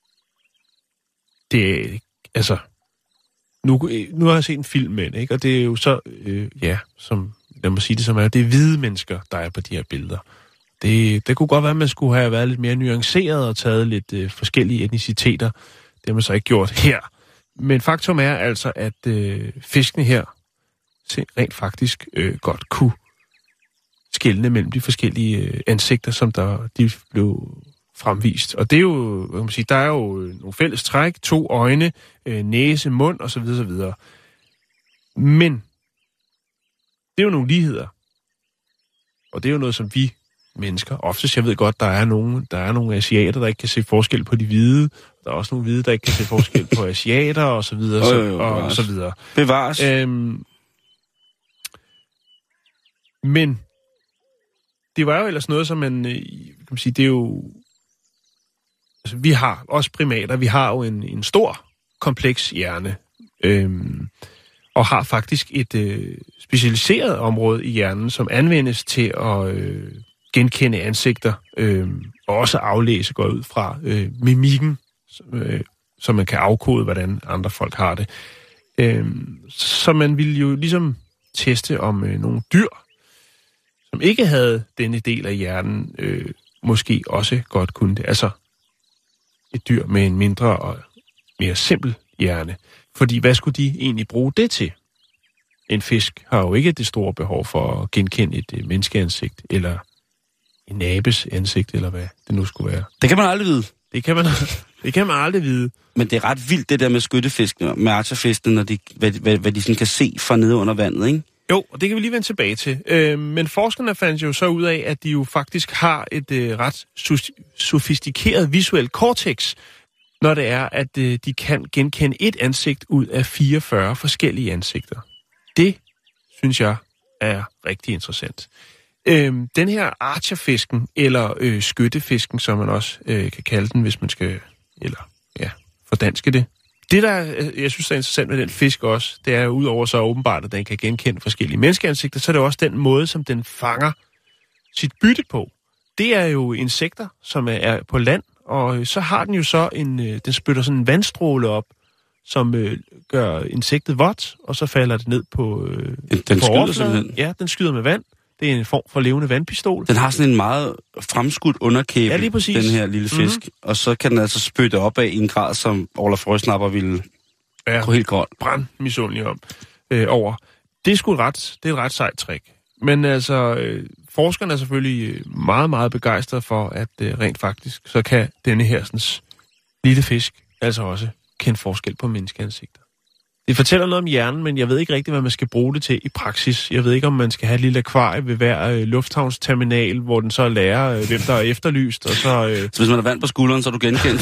E: det, altså, nu har jeg set en film med det, ikke? Og det er jo så, lad mig sige det som er, det er hvide mennesker, der er på de her billeder. Det kunne godt være, at man skulle have været lidt mere nuanceret og taget lidt forskellige etniciteter. Det har man så ikke gjort her. Men faktum er altså, at fiskene her rent faktisk godt kunne skelne mellem de forskellige ansigter, som de blev fremvist. Og det er jo, hvad kan man sige, der er jo nogle fælles træk, 2 øjne, næse, mund osv. osv. Men det er jo nogle ligheder. Og det er jo noget, som vi mennesker, oftest, jeg ved godt, der er nogle asiater, der ikke kan se forskel på de hvide. Der er også nogle hvide, der ikke kan se forskel på asiater og så videre. Og så videre.
D: Bevares.
E: Men det var jo ellers noget, som man kan man sige, det er jo, altså, vi har også primater, vi har jo en stor, kompleks hjerne, og har faktisk et specialiseret område i hjernen, som anvendes til at genkende ansigter, og også aflæse, går ud fra mimikken, så man kan afkode, hvordan andre folk har det. Så man ville jo ligesom teste om nogle dyr, som ikke havde denne del af hjernen, måske også godt kunne det. Altså et dyr med en mindre og mere simpel hjerne. Fordi hvad skulle de egentlig bruge det til? En fisk har jo ikke det store behov for at genkende et menneskeansigt, eller en abes ansigt, eller hvad det nu skulle være.
D: Det kan man aldrig vide.
E: Det kan man aldrig vide.
D: Men det er ret vildt, det der med skyttefiskene, med archerfiskene, når hvad de sådan kan se fra nede under vandet, ikke?
E: Jo, og det kan vi lige vende tilbage til. Men forskerne fandt jo så ud af, at de jo faktisk har et ret sofistikeret visuelt cortex, når det er, at de kan genkende et ansigt ud af 44 forskellige ansigter. Det, synes jeg, er rigtig interessant. Den her archerfisken, eller skyttefisken, som man også kan kalde den, hvis man skal, eller ja, fordanske det. Det, der jeg synes er interessant med den fisk også, det er udover så åbenbart, at den kan genkende forskellige menneskeansigter, så er det også den måde, som den fanger sit bytte på. Det er jo insekter, som er på land, og så har den jo så den spytter sådan en vandstråle op, som gør insektet vådt, og så falder det ned på
D: den skyder simpelthen.
E: Ja, den skyder med vand. Det er en form for levende vandpistol.
D: Den har sådan en meget fremskudt underkæbe,
E: ja, lige præcis.
D: Den her lille fisk. Mm-hmm. Og så kan den altså spytte op af i en grad, som Olaf Røsnapper ville gå helt godt.
E: Brandmisundelig om over. Det er sgu et ret sejt trick. Men altså, forskerne er selvfølgelig meget, meget begejstrede for, at rent faktisk, så kan denne her sådan, lille fisk altså også kende forskel på menneskeansigter. Det fortæller noget om hjernen, men jeg ved ikke rigtig, hvad man skal bruge det til i praksis. Jeg ved ikke, om man skal have et lille akvarie ved hver lufthavnsterminal, hvor den så lærer, hvem der er efterlyst. Og så
D: hvis man har vand på skulderen, så er du genkendt.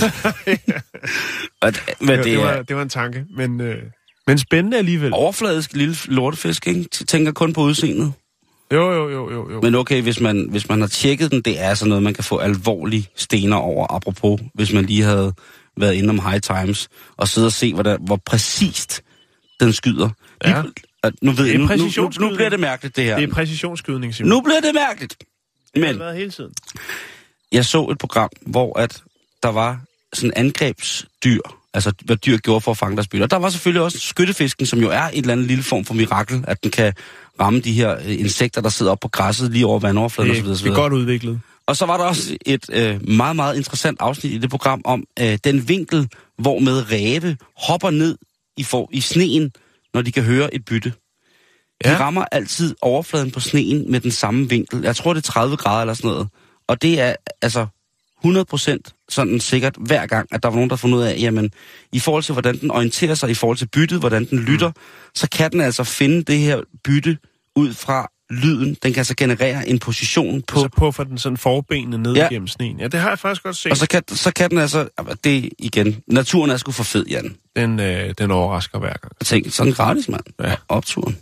E: Det var en tanke, men spændende alligevel.
D: Overfladisk lille lortefisk, ikke? Tænker kun på udseendet.
E: Jo.
D: Men okay, hvis man har tjekket den, det er sådan noget, man kan få alvorlige stener over, apropos, hvis man lige havde været inde om High Times, og sidde og se, hvor præcist den skyder.
E: Ja.
D: Nu bliver det mærkeligt, det her.
E: Det er præcisionsskydning, Simon.
D: Nu bliver det mærkeligt.
E: Det har været hele tiden.
D: Jeg så et program, hvor at der var sådan angrebsdyr, altså hvad dyr gjorde for at fange deres bytte. Og der var selvfølgelig også skyttefisken, som jo er et eller andet lille form for mirakel, at den kan ramme de her insekter, der sidder op på græsset lige over vandoverfladen osv.
E: Det er godt udviklet.
D: Og så var der også et meget, meget interessant afsnit i det program om den vinkel, hvor med ræve hopper ned i sneen, når de kan høre et bytte. Ja. De rammer altid overfladen på sneen med den samme vinkel. Jeg tror, det er 30 grader eller sådan noget. Og det er altså 100% sådan sikkert hver gang, at der var nogen, der har fundet ud af, jamen, i forhold til, hvordan den orienterer sig, i forhold til byttet, hvordan den lytter, så kan den altså finde det her bytte ud fra lyden. Den kan altså generere en position på...
E: Så puffer den sådan forbenene ned gennem sneen. Ja, det har jeg faktisk godt set.
D: Og så kan den altså... Det igen. Naturen er sgu for fed, Jan.
E: Den overrasker hver gang.
D: Jeg tænker, sådan gratis, mand.
E: Ja.
D: Opturen.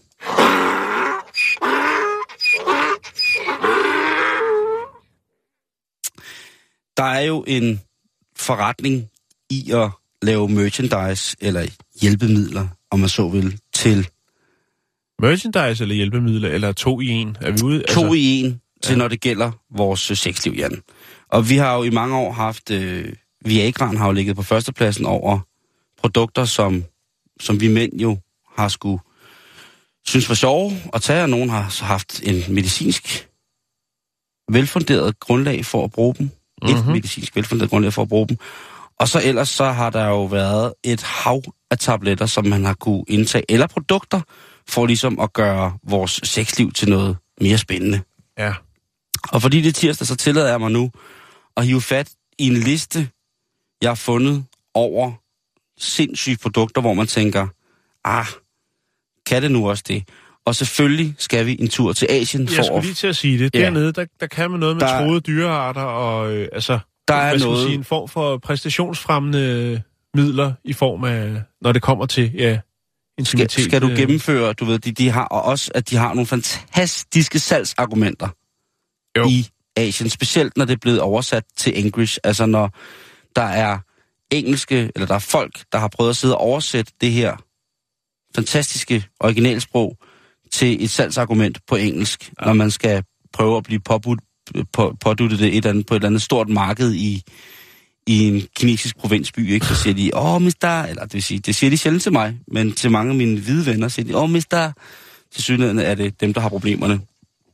D: Der er jo en forretning i at lave merchandise, eller hjælpemidler, om man så vil, til...
E: Merchandise eller hjælpemidler, eller 2 i 1? Er vi ude?
D: 2 i 1 til, når det gælder vores sexliv, Jan. Og vi har jo i mange år haft... Viagraen har jo ligget på førstepladsen over produkter, som vi mænd jo har skulle synes var sjove at tage, og nogen har så haft en medicinsk velfunderet grundlag for at bruge dem. Et medicinsk velfunderet grundlag for at bruge dem. Og så ellers så har der jo været et hav af tabletter, som man har kunne indtage, eller produkter, for ligesom at gøre vores sexliv til noget mere spændende.
E: Ja.
D: Og fordi det er tirsdag, så tillader jeg mig nu at hive fat i en liste, jeg har fundet over sindssyge produkter, hvor man tænker, kan det nu også det? Og selvfølgelig skal vi en tur til Asien.
E: Jeg skulle lige til at sige det. Dernede, der kan man noget med troede dyrearter, og
D: der er noget...
E: en form for præstationsfremmende midler i form af, når det kommer til, intimitet.
D: Skal du gennemføre, du ved, de har, og også, at de har nogle fantastiske salgsargumenter i Asien, specielt når det er blevet oversat til English. Altså når der er engelske, eller der er folk, der har prøvet at sidde og oversætte det her fantastiske originalsprog til et salgsargument på engelsk, når man skal prøve at blive påduttet det på et eller andet stort marked i en kinesisk provinsby, ikke? Så siger de, mister, eller det vil sige, det siger de sjældent til mig, men til mange af mine hvide venner siger de, mister, til synligheden er det dem, der har problemerne.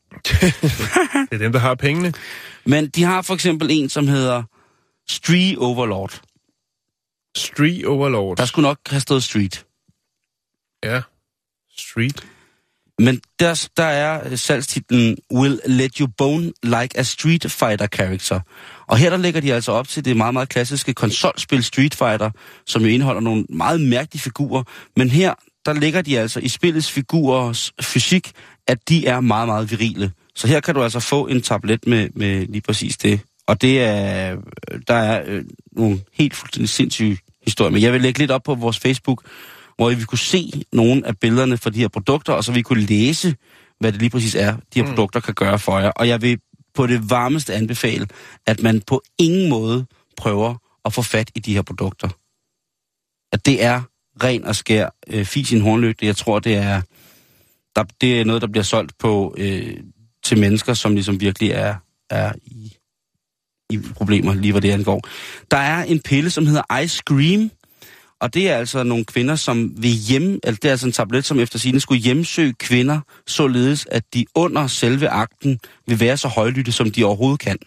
E: Det er dem, der har pengene.
D: Men de har for eksempel en, som hedder Street Overlord.
E: Street Overlord.
D: Der skulle nok have stået Street.
E: Ja, Street.
D: Men der er salgstitlen Will Let You Bone Like a Street Fighter Character. Og her der lægger de altså op til det meget, meget klassiske konsolspil Street Fighter, som jo indeholder nogle meget mærkelige figurer. Men her, der lægger de altså i spillets figurers fysik, at de er meget, meget virile. Så her kan du altså få en tablet med lige præcis det. Og det er, der er nogle helt fuldstændig sindssyge historier. Men jeg vil lægge lidt op på vores Facebook, hvor vi kunne se nogle af billederne fra de her produkter, og så vi kunne læse, hvad det lige præcis er, de her produkter kan gøre for jer. Og jeg vil på det varmeste anbefale, at man på ingen måde prøver at få fat i de her produkter. At det er ren og skær fis i en hornlygte. Jeg tror, det er noget, der bliver solgt på til mennesker, som ligesom virkelig er i problemer, lige hvad det angår. Der er en pille, som hedder Ice Cream, og det er altså nogle kvinder, som det er altså en tablet, som efter sigende skulle hjemsøge kvinder, således at de under selve akten vil være så højlytte, som de overhovedet kan.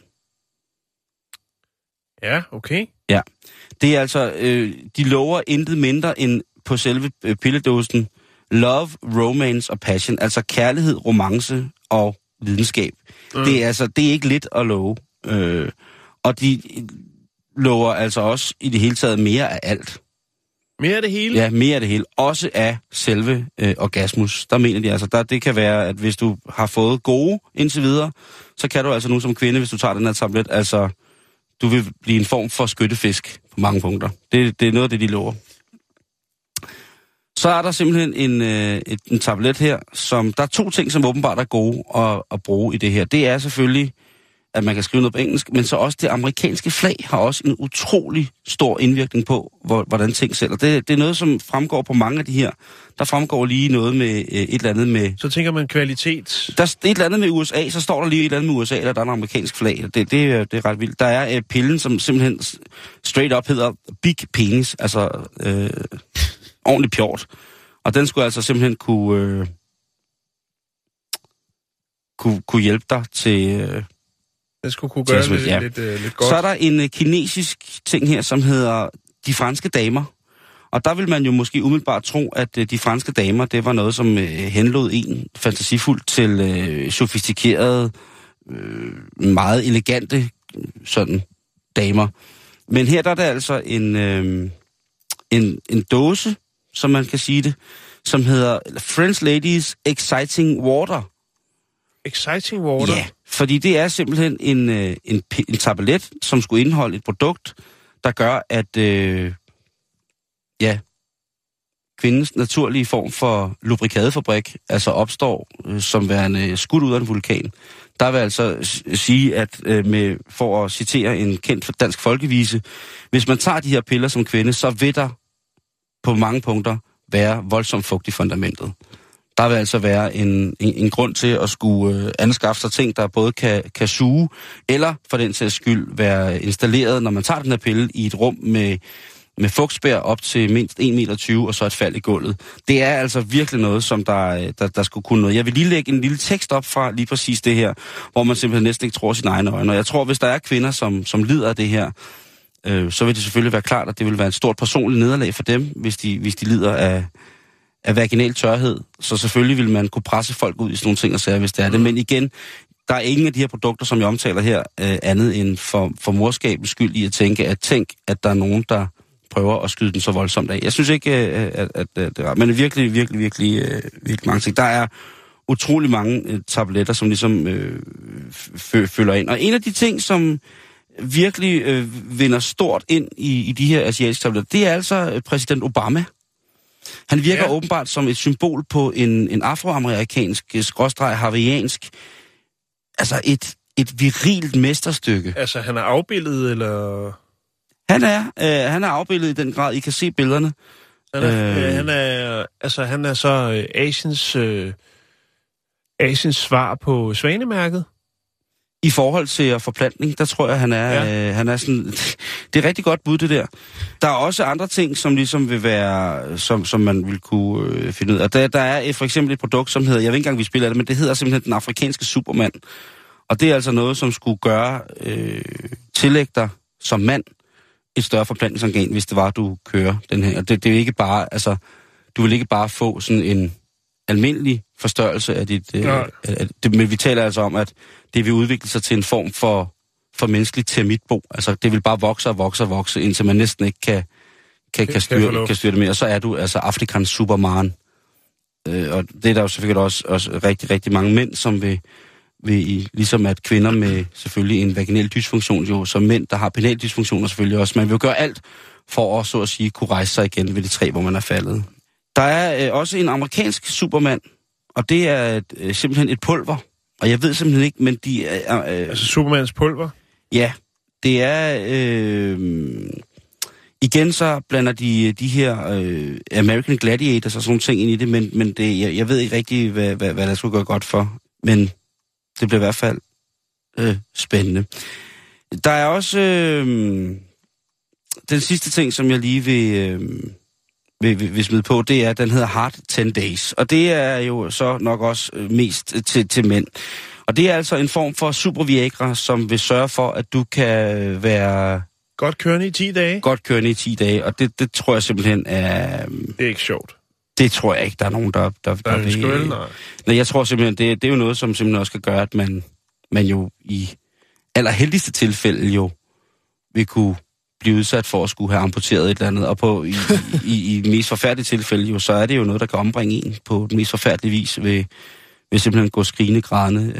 E: Ja, okay.
D: Ja. Det er altså, de lover intet mindre end på selve pilledåsen love, romance og passion, altså kærlighed, romance og videnskab. Det er ikke lidt at love. Og de lover altså også i det hele taget mere af alt.
E: Mere af det hele?
D: Ja, mere af det hele. Også af selve orgasmus. Der mener de altså, det kan være, at hvis du har fået gode indtil videre, så kan du altså nu som kvinde, hvis du tager den her tablet, altså, du vil blive en form for skyttefisk på mange punkter. Det er noget af det, de lover. Så er der simpelthen en tablet her, som der er 2 ting, som åbenbart er gode at bruge i det her. Det er selvfølgelig, at man kan skrive noget på engelsk, men så også det amerikanske flag har også en utrolig stor indvirkning på, hvordan ting sælger. Det er noget, som fremgår på mange af de her. Der fremgår lige noget med et eller andet med...
E: Så tænker man kvalitet.
D: Der er et eller andet med USA, så står der lige et eller andet med USA, eller der er en amerikansk flag. Det er ret vildt. Der er pillen, som simpelthen straight up hedder Big Penis, altså ordentligt pjort. Og den skulle altså simpelthen kunne hjælpe dig til...
E: Det skulle kunne gøre lidt godt.
D: Så er der en kinesisk ting her, som hedder de franske damer. Og der vil man jo måske umiddelbart tro, at de franske damer, det var noget, som henlod en fantasifuldt til sofistikerede, meget elegante sådan damer. Men her der er der altså en dåse, som man kan sige det, som hedder French Ladies Exciting Water.
E: Exciting Water?
D: Ja, fordi det er simpelthen en tablet, som skulle indeholde et produkt, der gør, at kvindens naturlige form for lubrikadefabrik altså opstår som værende skudt ud af en vulkan. Der vil altså sige, at for at citere en kendt dansk folkevise, hvis man tager de her piller som kvinde, så vil der på mange punkter være voldsomt fugt i fundamentet. Der vil altså være en grund til at skulle anskaffe sig ting, der både kan suge, eller for den sags skyld være installeret, når man tager den her pille, i et rum med fugtspær op til mindst 1,20 meter og så et fald i gulvet. Det er altså virkelig noget, som der skulle kunne noget. Jeg vil lige lægge en lille tekst op fra lige præcis det her, hvor man simpelthen næsten ikke tror sine egne øjne. Og jeg tror, hvis der er kvinder, som lider af det her, så vil det selvfølgelig være klart, at det vil være et stort personligt nederlag for dem, hvis de lider af vaginal tørhed. Så selvfølgelig vil man kunne presse folk ud i sådan nogle ting og sager, hvis det er det. Men igen, der er ingen af de her produkter, som jeg omtaler her, andet end for morskabens skyld i at tænke, at der er nogen, der prøver at skyde den så voldsomt af. Jeg synes ikke, at det er. Men virkelig, virkelig, virkelig, virkelig mange ting. Der er utrolig mange tabletter, som ligesom følger ind. Og en af de ting, som virkelig vinder stort ind i de her asiatiske tabletter, det er altså præsident Obama. Han virker åbenbart som et symbol på en afroamerikansk, hawaiiansk, altså et virilt mesterstykke.
E: Altså, han er afbildet, eller... Han
D: er afbildet i den grad, I kan se billederne.
E: Han er så Asiens svar på Svanemærket?
D: I forhold til forplantning, der tror jeg, han er sådan... Det er rigtig godt bud, det der. Der er også andre ting, som ligesom vil være... Som man vil kunne finde ud af. Der er for eksempel et produkt, som hedder... Jeg ved ikke engang, vi spiller det, men det hedder simpelthen den afrikanske Superman. Og det er altså noget, som skulle gøre... tillægge dig som mand et større forplantningsorgan, hvis det var, du kører den her. Det er jo ikke bare... Altså, du vil ikke bare få sådan en almindelig forstørrelse af dit... men vi taler altså om, at det vil udvikle sig til en form for menneskelig termitbo. Altså, det vil bare vokse, indtil man næsten ikke kan styre det mere. Og så er du altså Afrikans Superman. Og det er der jo selvfølgelig også rigtig, rigtig mange mænd, som vil ligesom at kvinder med selvfølgelig en vaginal dysfunktion, jo som mænd, der har penal dysfunktioner selvfølgelig også. Man vil gøre alt for at, så at sige, kunne rejse sig igen ved det træ, hvor man er faldet. Der er også en amerikansk Superman, og det er simpelthen et pulver. Og jeg ved simpelthen ikke, men de er...
E: altså Supermans pulver? Ja,
D: det er... igen så blander de her American Gladiators og sådan nogle ting ind i det, men det, jeg ved ikke rigtig, hvad der skulle gøre godt for. Men det bliver i hvert fald spændende. Der er også den sidste ting, som jeg lige vil smide på, det er, den hedder Hard 10 Days. Og det er jo så nok også mest til mænd. Og det er altså en form for super Viagra, som vil sørge for, at du kan være...
E: Godt kørende i 10 dage?
D: Godt kørende i 10 dage, og det tror jeg simpelthen er...
E: Det er ikke sjovt.
D: Det tror jeg ikke, der er nogen, der
E: vil... Skøl, nej,
D: jeg tror simpelthen, det er jo noget, som simpelthen også kan gøre, at man jo i allerheldigste tilfælde jo vil kunne blive udsat for at skulle have amputeret et eller andet, og i mest forfærdelige tilfælde jo, så er det jo noget, der kan ombringe en på den mest forfærdelige vis ved simpelthen gå skrigende grædende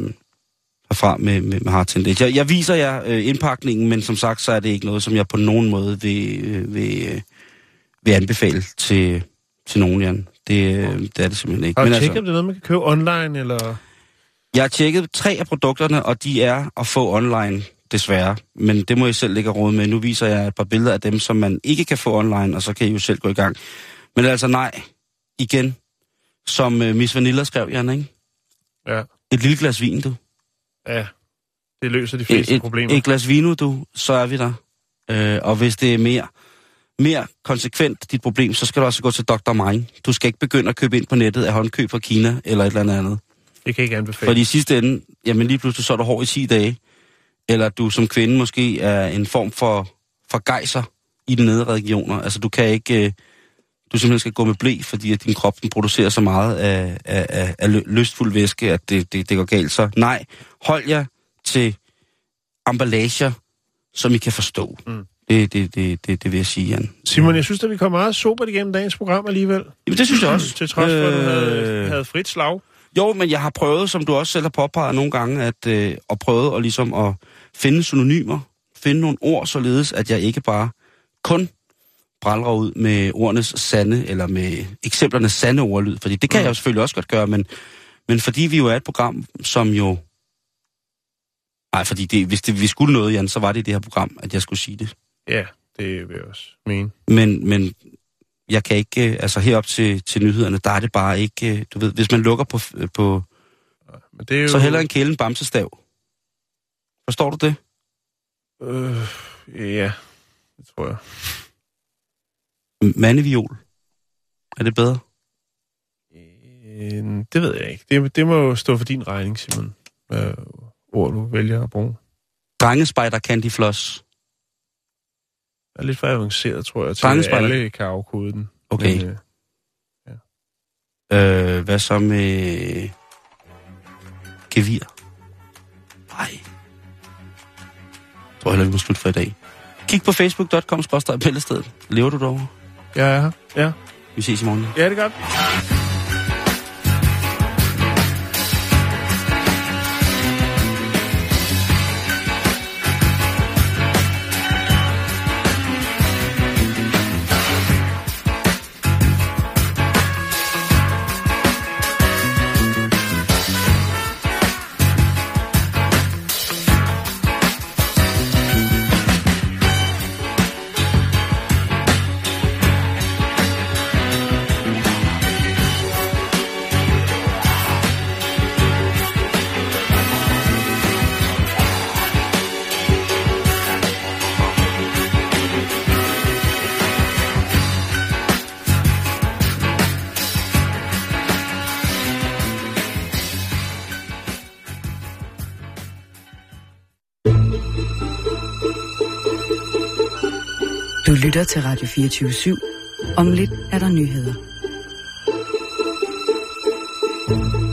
D: herfra med hard 10 days. Jeg viser jer indpakningen, men som sagt, så er det ikke noget, som jeg på nogen måde vil anbefale til nogen, Jan. Det er det simpelthen ikke.
E: Har du tjekket, om det er noget, man kan købe online, eller...?
D: Jeg har tjekket 3 af produkterne, og de er at få online, desværre. Men det må jeg selv lægge råd med. Nu viser jeg et par billeder af dem, som man ikke kan få online, og så kan I jo selv gå i gang. Men altså nej, igen, som Miss Vanilla skrev, Jan, ikke?
E: Ja.
D: Et lille glas vin, du.
E: Ja, det løser de fleste problemer.
D: Et glas vino, du, så er vi der. Og hvis det er mere konsekvent, dit problem, så skal du også gå til Dr. Mine. Du skal ikke begynde at købe ind på nettet af håndkøb fra Kina, eller et eller andet.
E: Det kan ikke anbefale.
D: Fordi i sidste ende, jamen lige pludselig så er du hård i 10 dage, eller du som kvinde måske er en form for gejser i de nedre regioner. Altså du kan ikke, du simpelthen skal gå med ble, fordi at din krop den producerer så meget af lystfuld væske, at det går galt. Så nej, hold jer til emballager, som I kan forstå. Mm. Det vil jeg sige, Jan.
E: Simon, jeg synes, at vi kom meget sobert igennem dagens program alligevel.
D: Jamen, det synes jeg også.
E: Til trods for, at du havde frit slag.
D: Jo, men jeg har prøvet, som du også selv har påpeget nogle gange, at prøve at, ligesom at finde synonymer, finde nogle ord, således at jeg ikke bare kun brælder ud med ordenes sande, eller med eksemplernes sande ordlyd, fordi det kan jeg jo selvfølgelig også godt gøre, men fordi vi jo er et program, som jo... Nej, fordi hvis vi skulle noget, Jan, så var det i det her program, at jeg skulle sige det.
E: Ja, det vil jeg også mene.
D: Men jeg kan ikke, altså herop til nyhederne, der er det bare ikke, du ved, hvis man lukker på men det er jo... så heller en kælen bamsestav. Forstår du det?
E: Ja, det tror jeg.
D: Mandeviol. Er det bedre?
E: Det ved jeg ikke. Det må jo stå for din regning, Simon. Ord, du vælger at bruge.
D: Drengespejder Candy Floss.
E: Det er lidt for avanceret, tror jeg, til at alle kan afkode den.
D: Okay. Men, ja. Hvad så med gevir? Nej. Jeg tror heller, vi må slutte for i dag. Kig på facebook.com/Bæltestedet. Lever du derovre?
E: Ja.
D: Vi ses i morgen.
E: Ja, det er godt.
A: Du lytter til Radio 24/7. Om lidt er der nyheder.